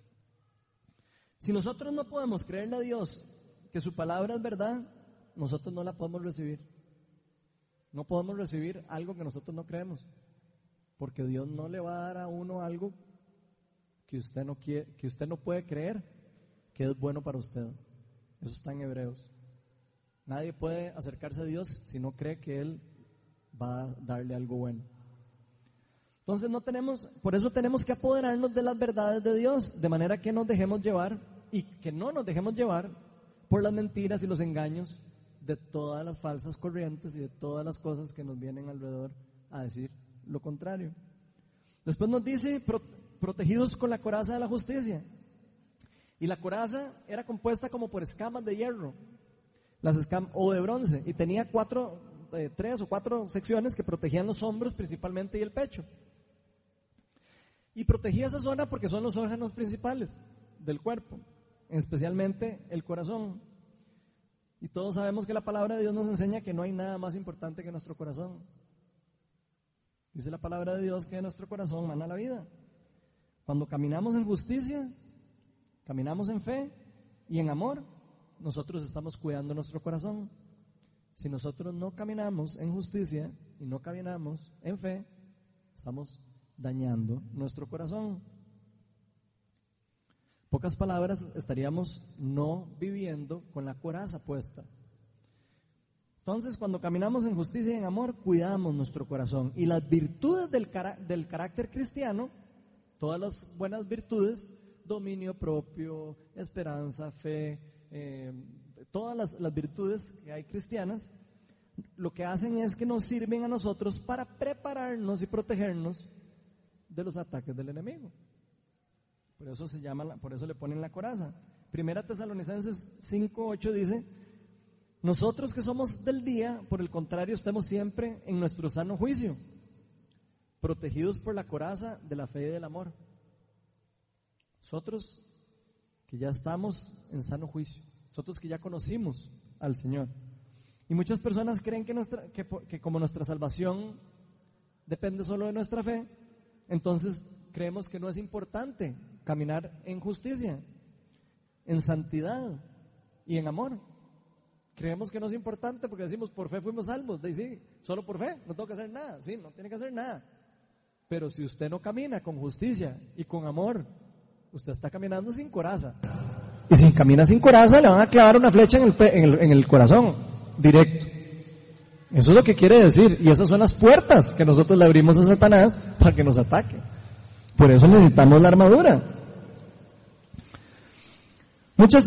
Si nosotros no podemos creerle a Dios que su palabra es verdad, nosotros no la podemos recibir. No podemos recibir algo que nosotros no creemos, porque Dios no le va a dar a uno algo que usted no quiere, que usted no puede creer que es bueno para usted. Eso está en Hebreos. Nadie puede acercarse a Dios si no cree que Él va a darle algo bueno. Entonces por eso tenemos que apoderarnos de las verdades de Dios, de manera que nos dejemos llevar y que no nos dejemos llevar por las mentiras y los engaños de todas las falsas corrientes y de todas las cosas que nos vienen alrededor a decir lo contrario. Después nos dice, protegidos con la coraza de la justicia. Y la coraza era compuesta como por escamas de hierro, o de bronce, y tenía 3 o 4 secciones que protegían los hombros principalmente y el pecho. Y protegía esa zona porque son los órganos principales del cuerpo, especialmente el corazón. Y todos sabemos que la palabra de Dios nos enseña que no hay nada más importante que nuestro corazón. Dice la palabra de Dios que de nuestro corazón mana la vida. Cuando caminamos en justicia, caminamos en fe y en amor, nosotros estamos cuidando nuestro corazón. Si nosotros no caminamos en justicia y no caminamos en fe, estamos dañando nuestro corazón. Pocas palabras, estaríamos no viviendo con la coraza puesta. Entonces, cuando caminamos en justicia y en amor, cuidamos nuestro corazón. Y las virtudes del carácter cristiano, todas las buenas virtudes, dominio propio, esperanza, fe, todas las virtudes que hay cristianas, lo que hacen es que nos sirven a nosotros para prepararnos y protegernos de los ataques del enemigo. Por eso por eso le ponen la coraza. Primera Tesalonicenses 5:8 dice: nosotros que somos del día, por el contrario, estemos siempre en nuestro sano juicio, protegidos por la coraza de la fe y del amor. Nosotros que ya estamos en sano juicio, nosotros que ya conocimos al Señor. Y muchas personas creen que como nuestra salvación depende solo de nuestra fe, entonces creemos que no es importante caminar en justicia, en santidad y en amor. Creemos que no es importante porque decimos, por fe fuimos salvos. Sí, solo por fe, no tengo que hacer nada. Sí, no tiene que hacer nada. Pero si usted no camina con justicia y con amor, usted está caminando sin coraza. Y si camina sin coraza, le van a clavar una flecha en el corazón, directo. Eso es lo que quiere decir. Y esas son las puertas que nosotros le abrimos a Satanás para que nos ataque. Por eso necesitamos la armadura. Muchas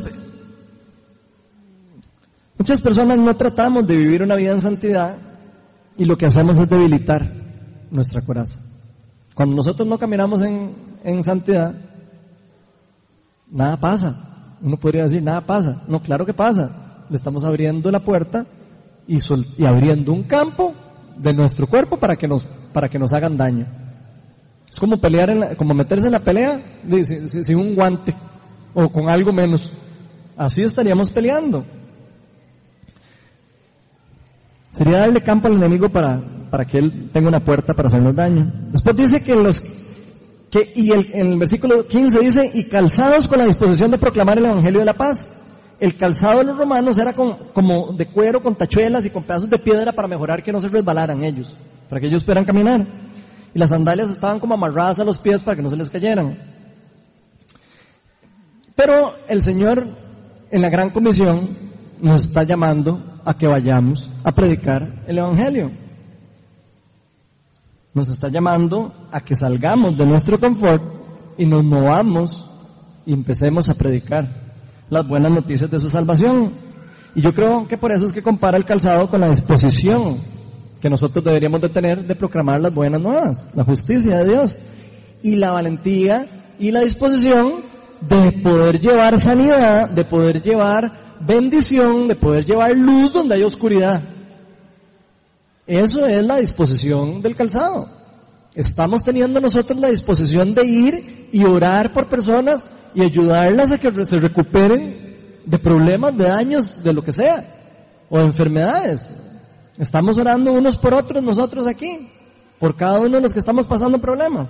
personas no tratamos de vivir una vida en santidad y lo que hacemos es debilitar nuestra coraza. Cuando nosotros no caminamos en santidad, nada pasa. Uno podría decir, nada pasa. No, claro que pasa. Le estamos abriendo la puerta y abriendo un campo de nuestro cuerpo para que nos hagan daño. Es como como meterse en la pelea sin un guante o con algo menos. Así estaríamos peleando. Sería darle campo al enemigo para que él tenga una puerta para hacernos daño. Después dice en el versículo 15 dice, y calzados con la disposición de proclamar el evangelio de la paz. El calzado de los romanos era como de cuero, con tachuelas y con pedazos de piedra para mejorar que no se resbalaran ellos, para que ellos pudieran caminar. Y las sandalias estaban como amarradas a los pies para que no se les cayeran. Pero el Señor, en la gran comisión, nos está llamando a que vayamos a predicar el evangelio. Nos está llamando a que salgamos de nuestro confort y nos movamos y empecemos a predicar las buenas noticias de su salvación. Y yo creo que por eso es que compara el calzado con la disposición que nosotros deberíamos de tener de proclamar las buenas nuevas, la justicia de Dios, y la valentía y la disposición de poder llevar sanidad, de poder llevar bendición, de poder llevar luz donde hay oscuridad. Eso es la disposición del calzado. Estamos teniendo nosotros la disposición de ir y orar por personas y ayudarlas a que se recuperen de problemas, de daños, de lo que sea, o de enfermedades. Estamos orando unos por otros nosotros aquí, por cada uno de los que estamos pasando problemas.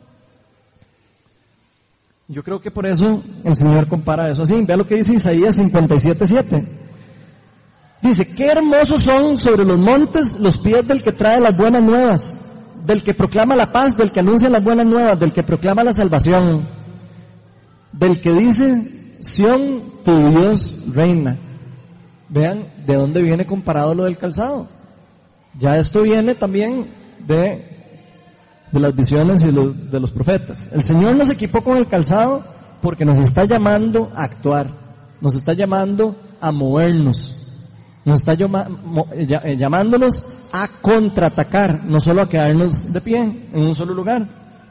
Yo creo que por eso el Señor compara eso así. Vea lo que dice Isaías 57:7. Dice, qué hermosos son sobre los montes los pies del que trae las buenas nuevas, del que proclama la paz, del que anuncia las buenas nuevas, del que proclama la salvación, del que dice, Sión, tu Dios reina. Vean de dónde viene comparado lo del calzado. Ya esto viene también de las visiones y de los profetas. El Señor nos equipó con el calzado porque nos está llamando a actuar, nos está llamando a movernos, nos está llamándonos a contraatacar, no solo a quedarnos de pie en un solo lugar.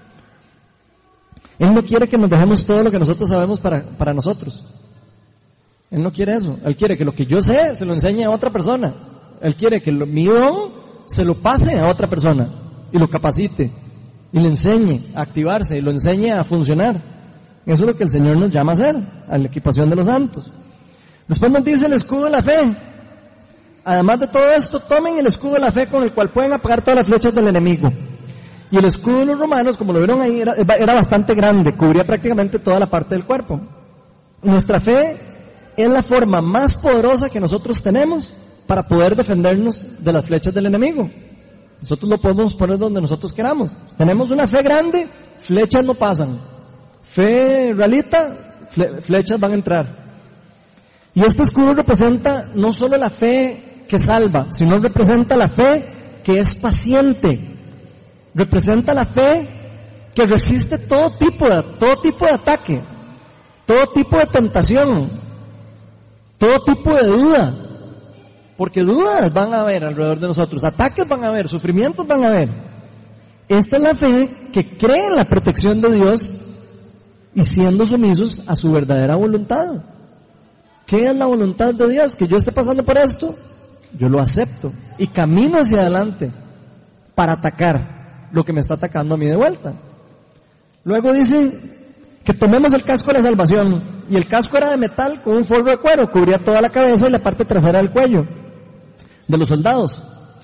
Él no quiere que nos dejemos todo lo que nosotros sabemos para nosotros. Él no quiere eso. Él quiere que lo que yo sé se lo enseñe a otra persona. Él quiere que mi don se lo pase a otra persona y lo capacite y le enseñe a activarse y lo enseñe a funcionar. Eso es lo que el Señor nos llama a hacer, a la equipación de los santos. Después nos dice el escudo de la fe. Además de todo esto, tomen el escudo de la fe con el cual pueden apagar todas las flechas del enemigo. Y el escudo de los romanos, como lo vieron ahí, era bastante grande, cubría prácticamente toda la parte del cuerpo. Nuestra fe es la forma más poderosa que nosotros tenemos para poder defendernos de las flechas del enemigo. Nosotros lo podemos poner donde nosotros queramos. Tenemos una fe grande, flechas no pasan. Fe realita, flechas van a entrar. Y este escudo representa no solo la fe que salva, sino representa la fe que es paciente. Representa la fe que resiste todo tipo de ataque, todo tipo de tentación, todo tipo de duda. Porque dudas van a haber alrededor de nosotros, ataques van a haber, sufrimientos van a haber. Esta es la fe que cree en la protección de Dios y siendo sumisos a su verdadera voluntad. ¿Qué es la voluntad de Dios? Que yo esté pasando por esto, yo lo acepto y camino hacia adelante para atacar lo que me está atacando a mí de vuelta. Luego dice que tomemos el casco de la salvación, y el casco era de metal con un forro de cuero, cubría toda la cabeza y la parte trasera del cuello de los soldados.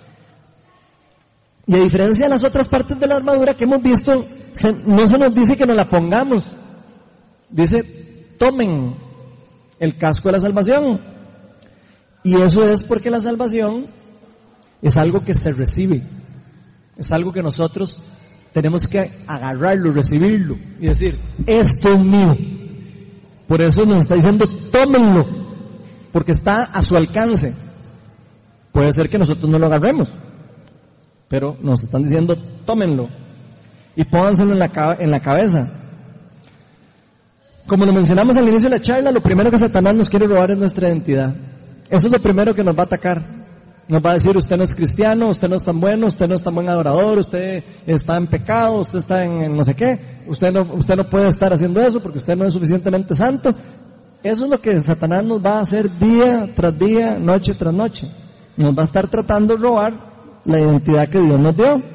Y a diferencia de las otras partes de la armadura que hemos visto, no se nos dice que nos la pongamos, dice tomen el casco de la salvación. Y eso es porque la salvación es algo que se recibe, es algo que nosotros tenemos que agarrarlo, recibirlo y decir, esto es mío. Por eso nos está diciendo, tómenlo, porque está a su alcance. Puede ser que nosotros no lo agarremos, pero nos están diciendo, tómenlo y pónganselo en la cabeza. Como lo mencionamos al inicio de la charla, lo primero que Satanás nos quiere robar es nuestra identidad. Eso es lo primero que nos va a atacar. Nos va a decir, usted no es cristiano, usted no es tan bueno, usted no es tan buen adorador, usted está en pecado, usted está en no sé qué, usted no puede estar haciendo eso porque usted no es suficientemente santo. Eso es lo que Satanás nos va a hacer día tras día, noche tras noche. Nos va a estar tratando de robar la identidad que Dios nos dio.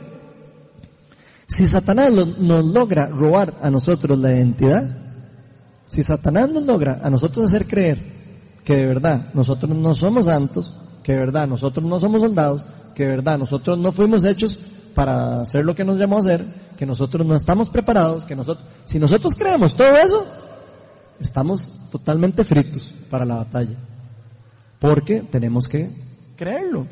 Si Satanás nos logra robar a nosotros la identidad, si Satanás nos logra a nosotros hacer creer que de verdad nosotros no somos santos, que de verdad nosotros no somos soldados, que de verdad nosotros no fuimos hechos para hacer lo que nos llamó a hacer, que nosotros no estamos preparados, si nosotros creemos todo eso, estamos totalmente fritos para la batalla, porque tenemos que creerlo.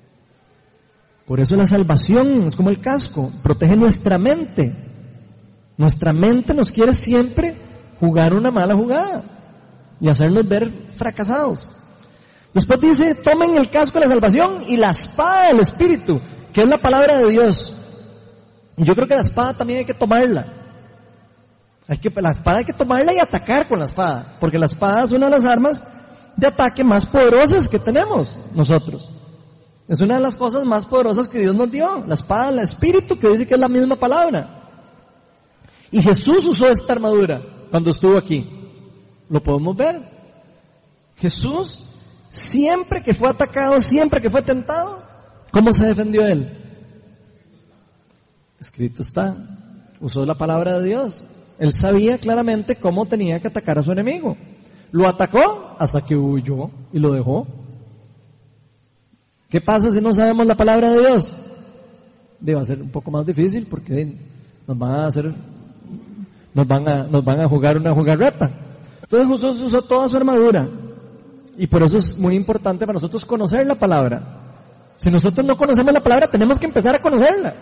Por eso la salvación es como el casco, protege nuestra mente. Nuestra mente nos quiere siempre jugar una mala jugada y hacernos ver fracasados. Después dice, tomen el casco de la salvación y la espada del Espíritu, que es la palabra de Dios. Y yo creo que la espada también hay que tomarla. La espada hay que tomarla y atacar con la espada, porque la espada es una de las armas de ataque más poderosas que tenemos nosotros. Es una de las cosas más poderosas que Dios nos dio, la espada del Espíritu, que dice que es la misma palabra. Y Jesús usó esta armadura cuando estuvo aquí. Lo podemos ver. Jesús, siempre que fue atacado, siempre que fue tentado, ¿cómo se defendió él? Escrito está, usó la palabra de Dios. Él sabía claramente cómo tenía que atacar a su enemigo. Lo atacó hasta que huyó y lo dejó. ¿Qué pasa si no sabemos la palabra de Dios? Va a ser un poco más difícil porque nos van a jugar una jugarreta. Entonces Jesús usó toda su armadura. Y por eso es muy importante para nosotros conocer la palabra. Si nosotros no conocemos la palabra, tenemos que empezar a conocerla.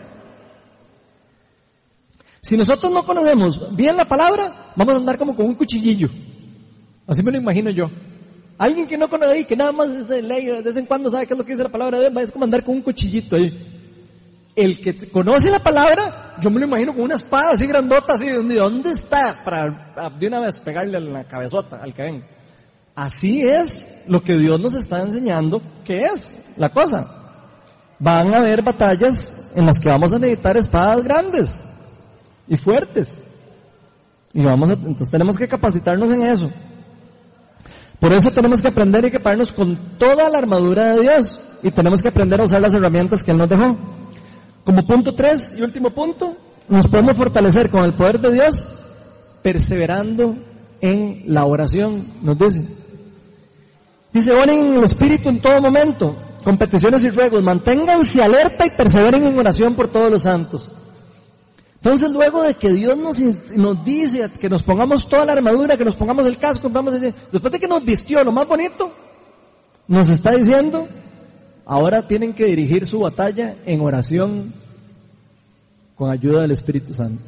Si nosotros no conocemos bien la palabra, vamos a andar como con un cuchillillo. Así me lo imagino yo. Alguien que no conoce y que nada más lee de vez en cuando sabe qué es lo que dice la palabra de Dios, es como andar con un cuchillito ahí. El que conoce la palabra, yo me lo imagino con una espada así grandota, así, ¿dónde está? Para de una vez pegarle a la cabezota al que venga. Así es lo que Dios nos está enseñando que es la cosa. Van a haber batallas en las que vamos a necesitar espadas grandes y fuertes. Y entonces tenemos que capacitarnos en eso. Por eso tenemos que aprender y equiparnos con toda la armadura de Dios. Y tenemos que aprender a usar las herramientas que Él nos dejó. Como punto 3 y último punto, nos podemos fortalecer con el poder de Dios perseverando en la oración, nos dice. Dice, oren en el Espíritu en todo momento, con peticiones y ruegos, manténganse alerta y perseveren en oración por todos los santos. Entonces, luego de que Dios nos dice que nos pongamos toda la armadura, que nos pongamos el casco, después de que nos vistió lo más bonito, nos está diciendo, ahora tienen que dirigir su batalla en oración con ayuda del Espíritu Santo.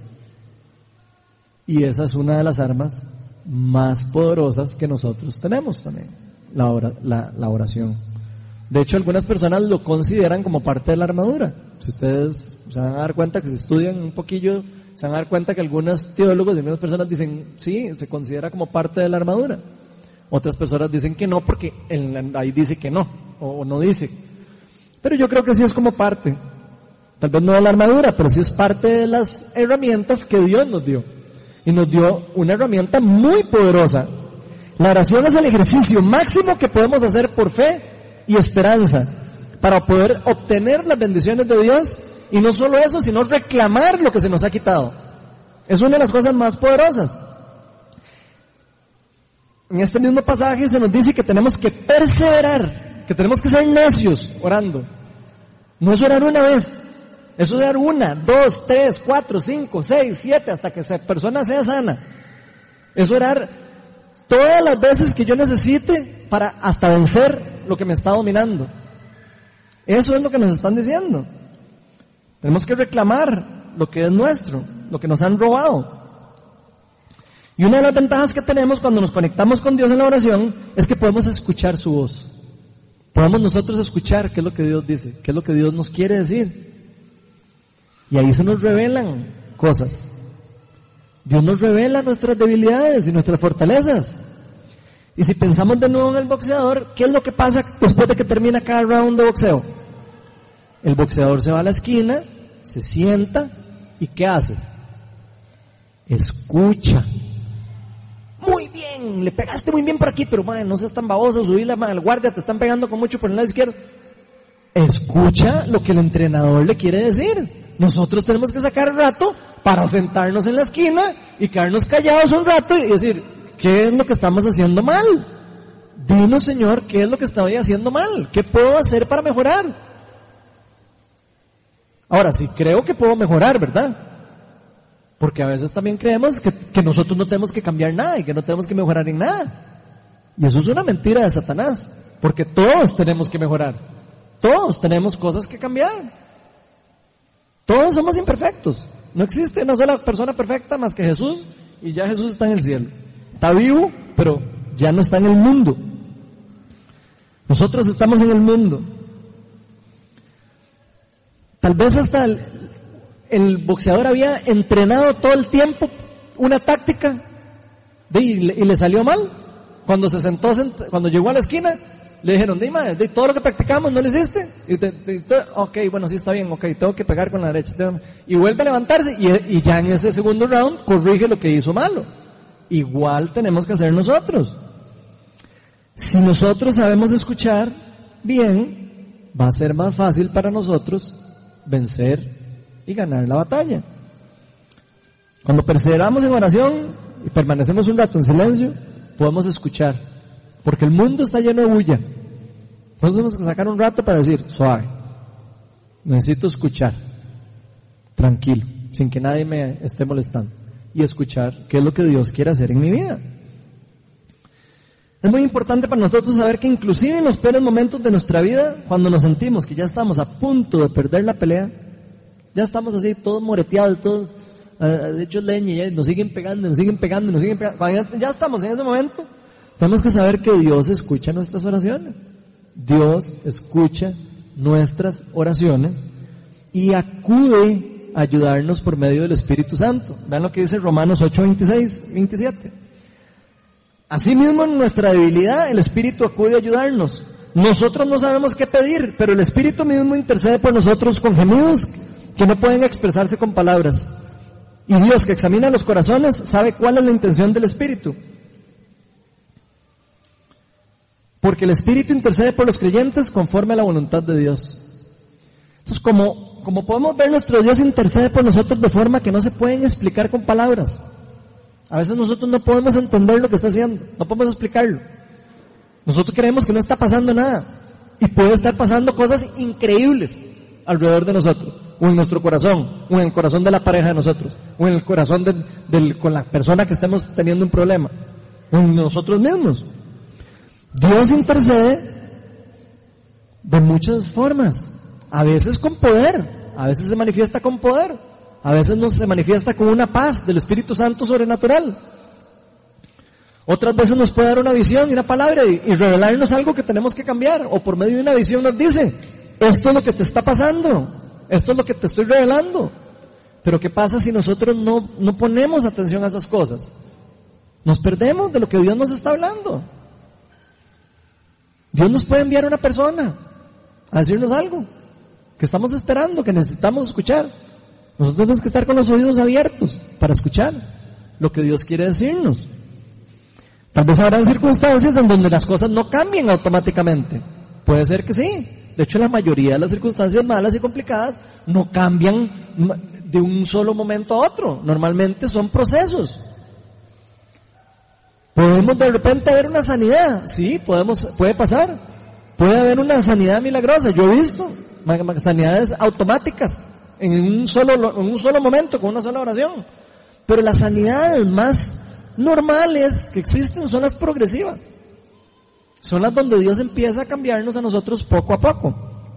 Y esa es una de las armas más poderosas que nosotros tenemos también, la oración. De hecho, algunas personas lo consideran como parte de la armadura. Si ustedes se van a dar cuenta que si estudian un poquillo, se van a dar cuenta que algunos teólogos y algunas personas dicen, sí, se considera como parte de la armadura. Otras personas dicen que no porque ahí dice que no, o no dice. Pero yo creo que sí es como parte, tal vez no de la armadura, pero sí es parte de las herramientas que Dios nos dio. Y nos dio una herramienta muy poderosa. La oración es el ejercicio máximo que podemos hacer por fe y esperanza para poder obtener las bendiciones de Dios, y no solo eso, sino reclamar lo que se nos ha quitado. Es una de las cosas más poderosas. En este mismo pasaje se nos dice que tenemos que perseverar, que tenemos que ser necios orando. No es orar una vez, es orar 1, 2, 3, 4, 5, 6, 7, hasta que esa persona sea sana. Es orar todas las veces que yo necesite para hasta vencer lo que me está dominando. Eso es lo que nos están diciendo. Tenemos que reclamar lo que es nuestro, lo que nos han robado. Y una de las ventajas que tenemos cuando nos conectamos con Dios en la oración es que podemos escuchar su voz. Podemos nosotros escuchar qué es lo que Dios dice, qué es lo que Dios nos quiere decir. Y ahí se nos revelan cosas. Dios nos revela nuestras debilidades y nuestras fortalezas. Y si pensamos de nuevo en el boxeador, ¿qué es lo que pasa después de que termina cada round de boxeo? El boxeador se va a la esquina, se sienta, ¿y qué hace? Escucha. Muy bien, le pegaste muy bien por aquí, pero no seas tan baboso, subí al guardia, te están pegando con mucho por el lado izquierdo. Escucha lo que el entrenador le quiere decir. Nosotros tenemos que sacar el rato para sentarnos en la esquina y quedarnos callados un rato y decir, ¿qué es lo que estamos haciendo mal? Dinos, Señor, ¿qué es lo que estoy haciendo mal? ¿Qué puedo hacer para mejorar? Ahora, sí creo que puedo mejorar, ¿verdad? Porque a veces también creemos que nosotros no tenemos que cambiar nada y que no tenemos que mejorar en nada. Y eso es una mentira de Satanás, porque todos tenemos que mejorar. Todos tenemos cosas que cambiar. Todos somos imperfectos. No existe una sola persona perfecta más que Jesús, y ya Jesús está en el cielo. Está vivo, pero ya no está en el mundo. Nosotros estamos en el mundo. Tal vez hasta el boxeador había entrenado todo el tiempo una táctica y le salió mal. Cuando se sentó, cuando llegó a la esquina, le dijeron, de todo lo que practicamos, ¿no lo hiciste? Ok, bueno, sí está bien, ok, tengo que pegar con la derecha. Y vuelve a levantarse y ya en ese segundo round corrige lo que hizo malo. Igual tenemos que hacer nosotros. Si nosotros sabemos escuchar bien, va a ser más fácil para nosotros vencer y ganar la batalla. Cuando perseveramos en oración y permanecemos un rato en silencio, podemos escuchar, porque el mundo está lleno de bulla. Entonces tenemos que sacar un rato para decir, suave, necesito escuchar, tranquilo, sin que nadie me esté molestando, y escuchar qué es lo que Dios quiere hacer en mi vida. Es muy importante para nosotros saber que inclusive en los peores momentos de nuestra vida, cuando nos sentimos que ya estamos a punto de perder la pelea, ya estamos así, todos moreteados, todos hechos leña, ya nos siguen pegando, ya estamos en ese momento. Tenemos que saber que Dios escucha nuestras oraciones. Dios escucha nuestras oraciones y acude a ayudarnos por medio del Espíritu Santo. Vean lo que dice Romanos 8, 26, 27. Asimismo, en nuestra debilidad, el Espíritu acude a ayudarnos. Nosotros no sabemos qué pedir, pero el Espíritu mismo intercede por nosotros con gemidos que no pueden expresarse con palabras. Y Dios, que examina los corazones, sabe cuál es la intención del Espíritu. Porque el Espíritu intercede por los creyentes conforme a la voluntad de Dios. Entonces, como podemos ver, nuestro Dios intercede por nosotros de forma que no se pueden explicar con palabras. A veces nosotros no podemos entender lo que está haciendo, no podemos explicarlo. Nosotros creemos que no está pasando nada, y puede estar pasando cosas increíbles alrededor de nosotros, o en nuestro corazón, o en el corazón de la pareja de nosotros, o en el corazón con la persona que estemos teniendo un problema, o en nosotros mismos. Dios intercede de muchas formas, a veces con poder, a veces se manifiesta con poder, a veces se manifiesta con una paz del Espíritu Santo sobrenatural. Otras veces nos puede dar una visión y una palabra y revelarnos algo que tenemos que cambiar, o por medio de una visión nos dice, esto es lo que te está pasando, esto es lo que te estoy revelando. Pero ¿qué pasa si nosotros no ponemos atención a esas cosas? Nos perdemos de lo que Dios nos está hablando. Dios nos puede enviar una persona a decirnos algo que estamos esperando, que necesitamos escuchar. Nosotros tenemos que estar con los oídos abiertos para escuchar lo que Dios quiere decirnos. Tal vez habrán circunstancias en donde las cosas no cambian automáticamente. Puede ser que sí. De hecho, la mayoría de las circunstancias malas y complicadas no cambian de un solo momento a otro. Normalmente son procesos. ¿Podemos de repente ver una sanidad? Sí, puede pasar. Puede haber una sanidad milagrosa. Yo he visto sanidades automáticas en un solo momento, con una sola oración. Pero las sanidades más normales que existen son las progresivas. Son las donde Dios empieza a cambiarnos a nosotros poco a poco.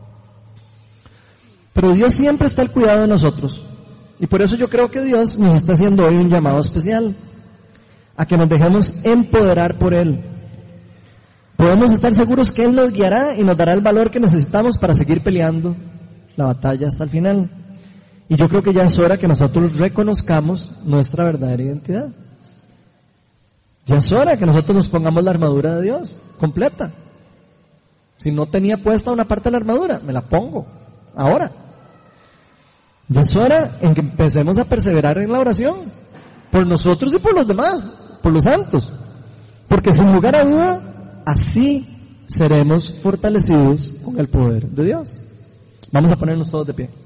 Pero Dios siempre está al cuidado de nosotros. Y por eso yo creo que Dios nos está haciendo hoy un llamado especial a que nos dejemos empoderar por Él. Podemos estar seguros que Él nos guiará y nos dará el valor que necesitamos para seguir peleando la batalla hasta el final. Y yo creo que ya es hora que nosotros reconozcamos nuestra verdadera identidad. Ya es hora que nosotros nos pongamos la armadura de Dios, completa. Si no tenía puesta una parte de la armadura, me la pongo, ahora. Ya es hora en que empecemos a perseverar en la oración, por nosotros y por los demás, por los santos. Porque sin lugar a duda, así seremos fortalecidos con el poder de Dios. Vamos a ponernos todos de pie.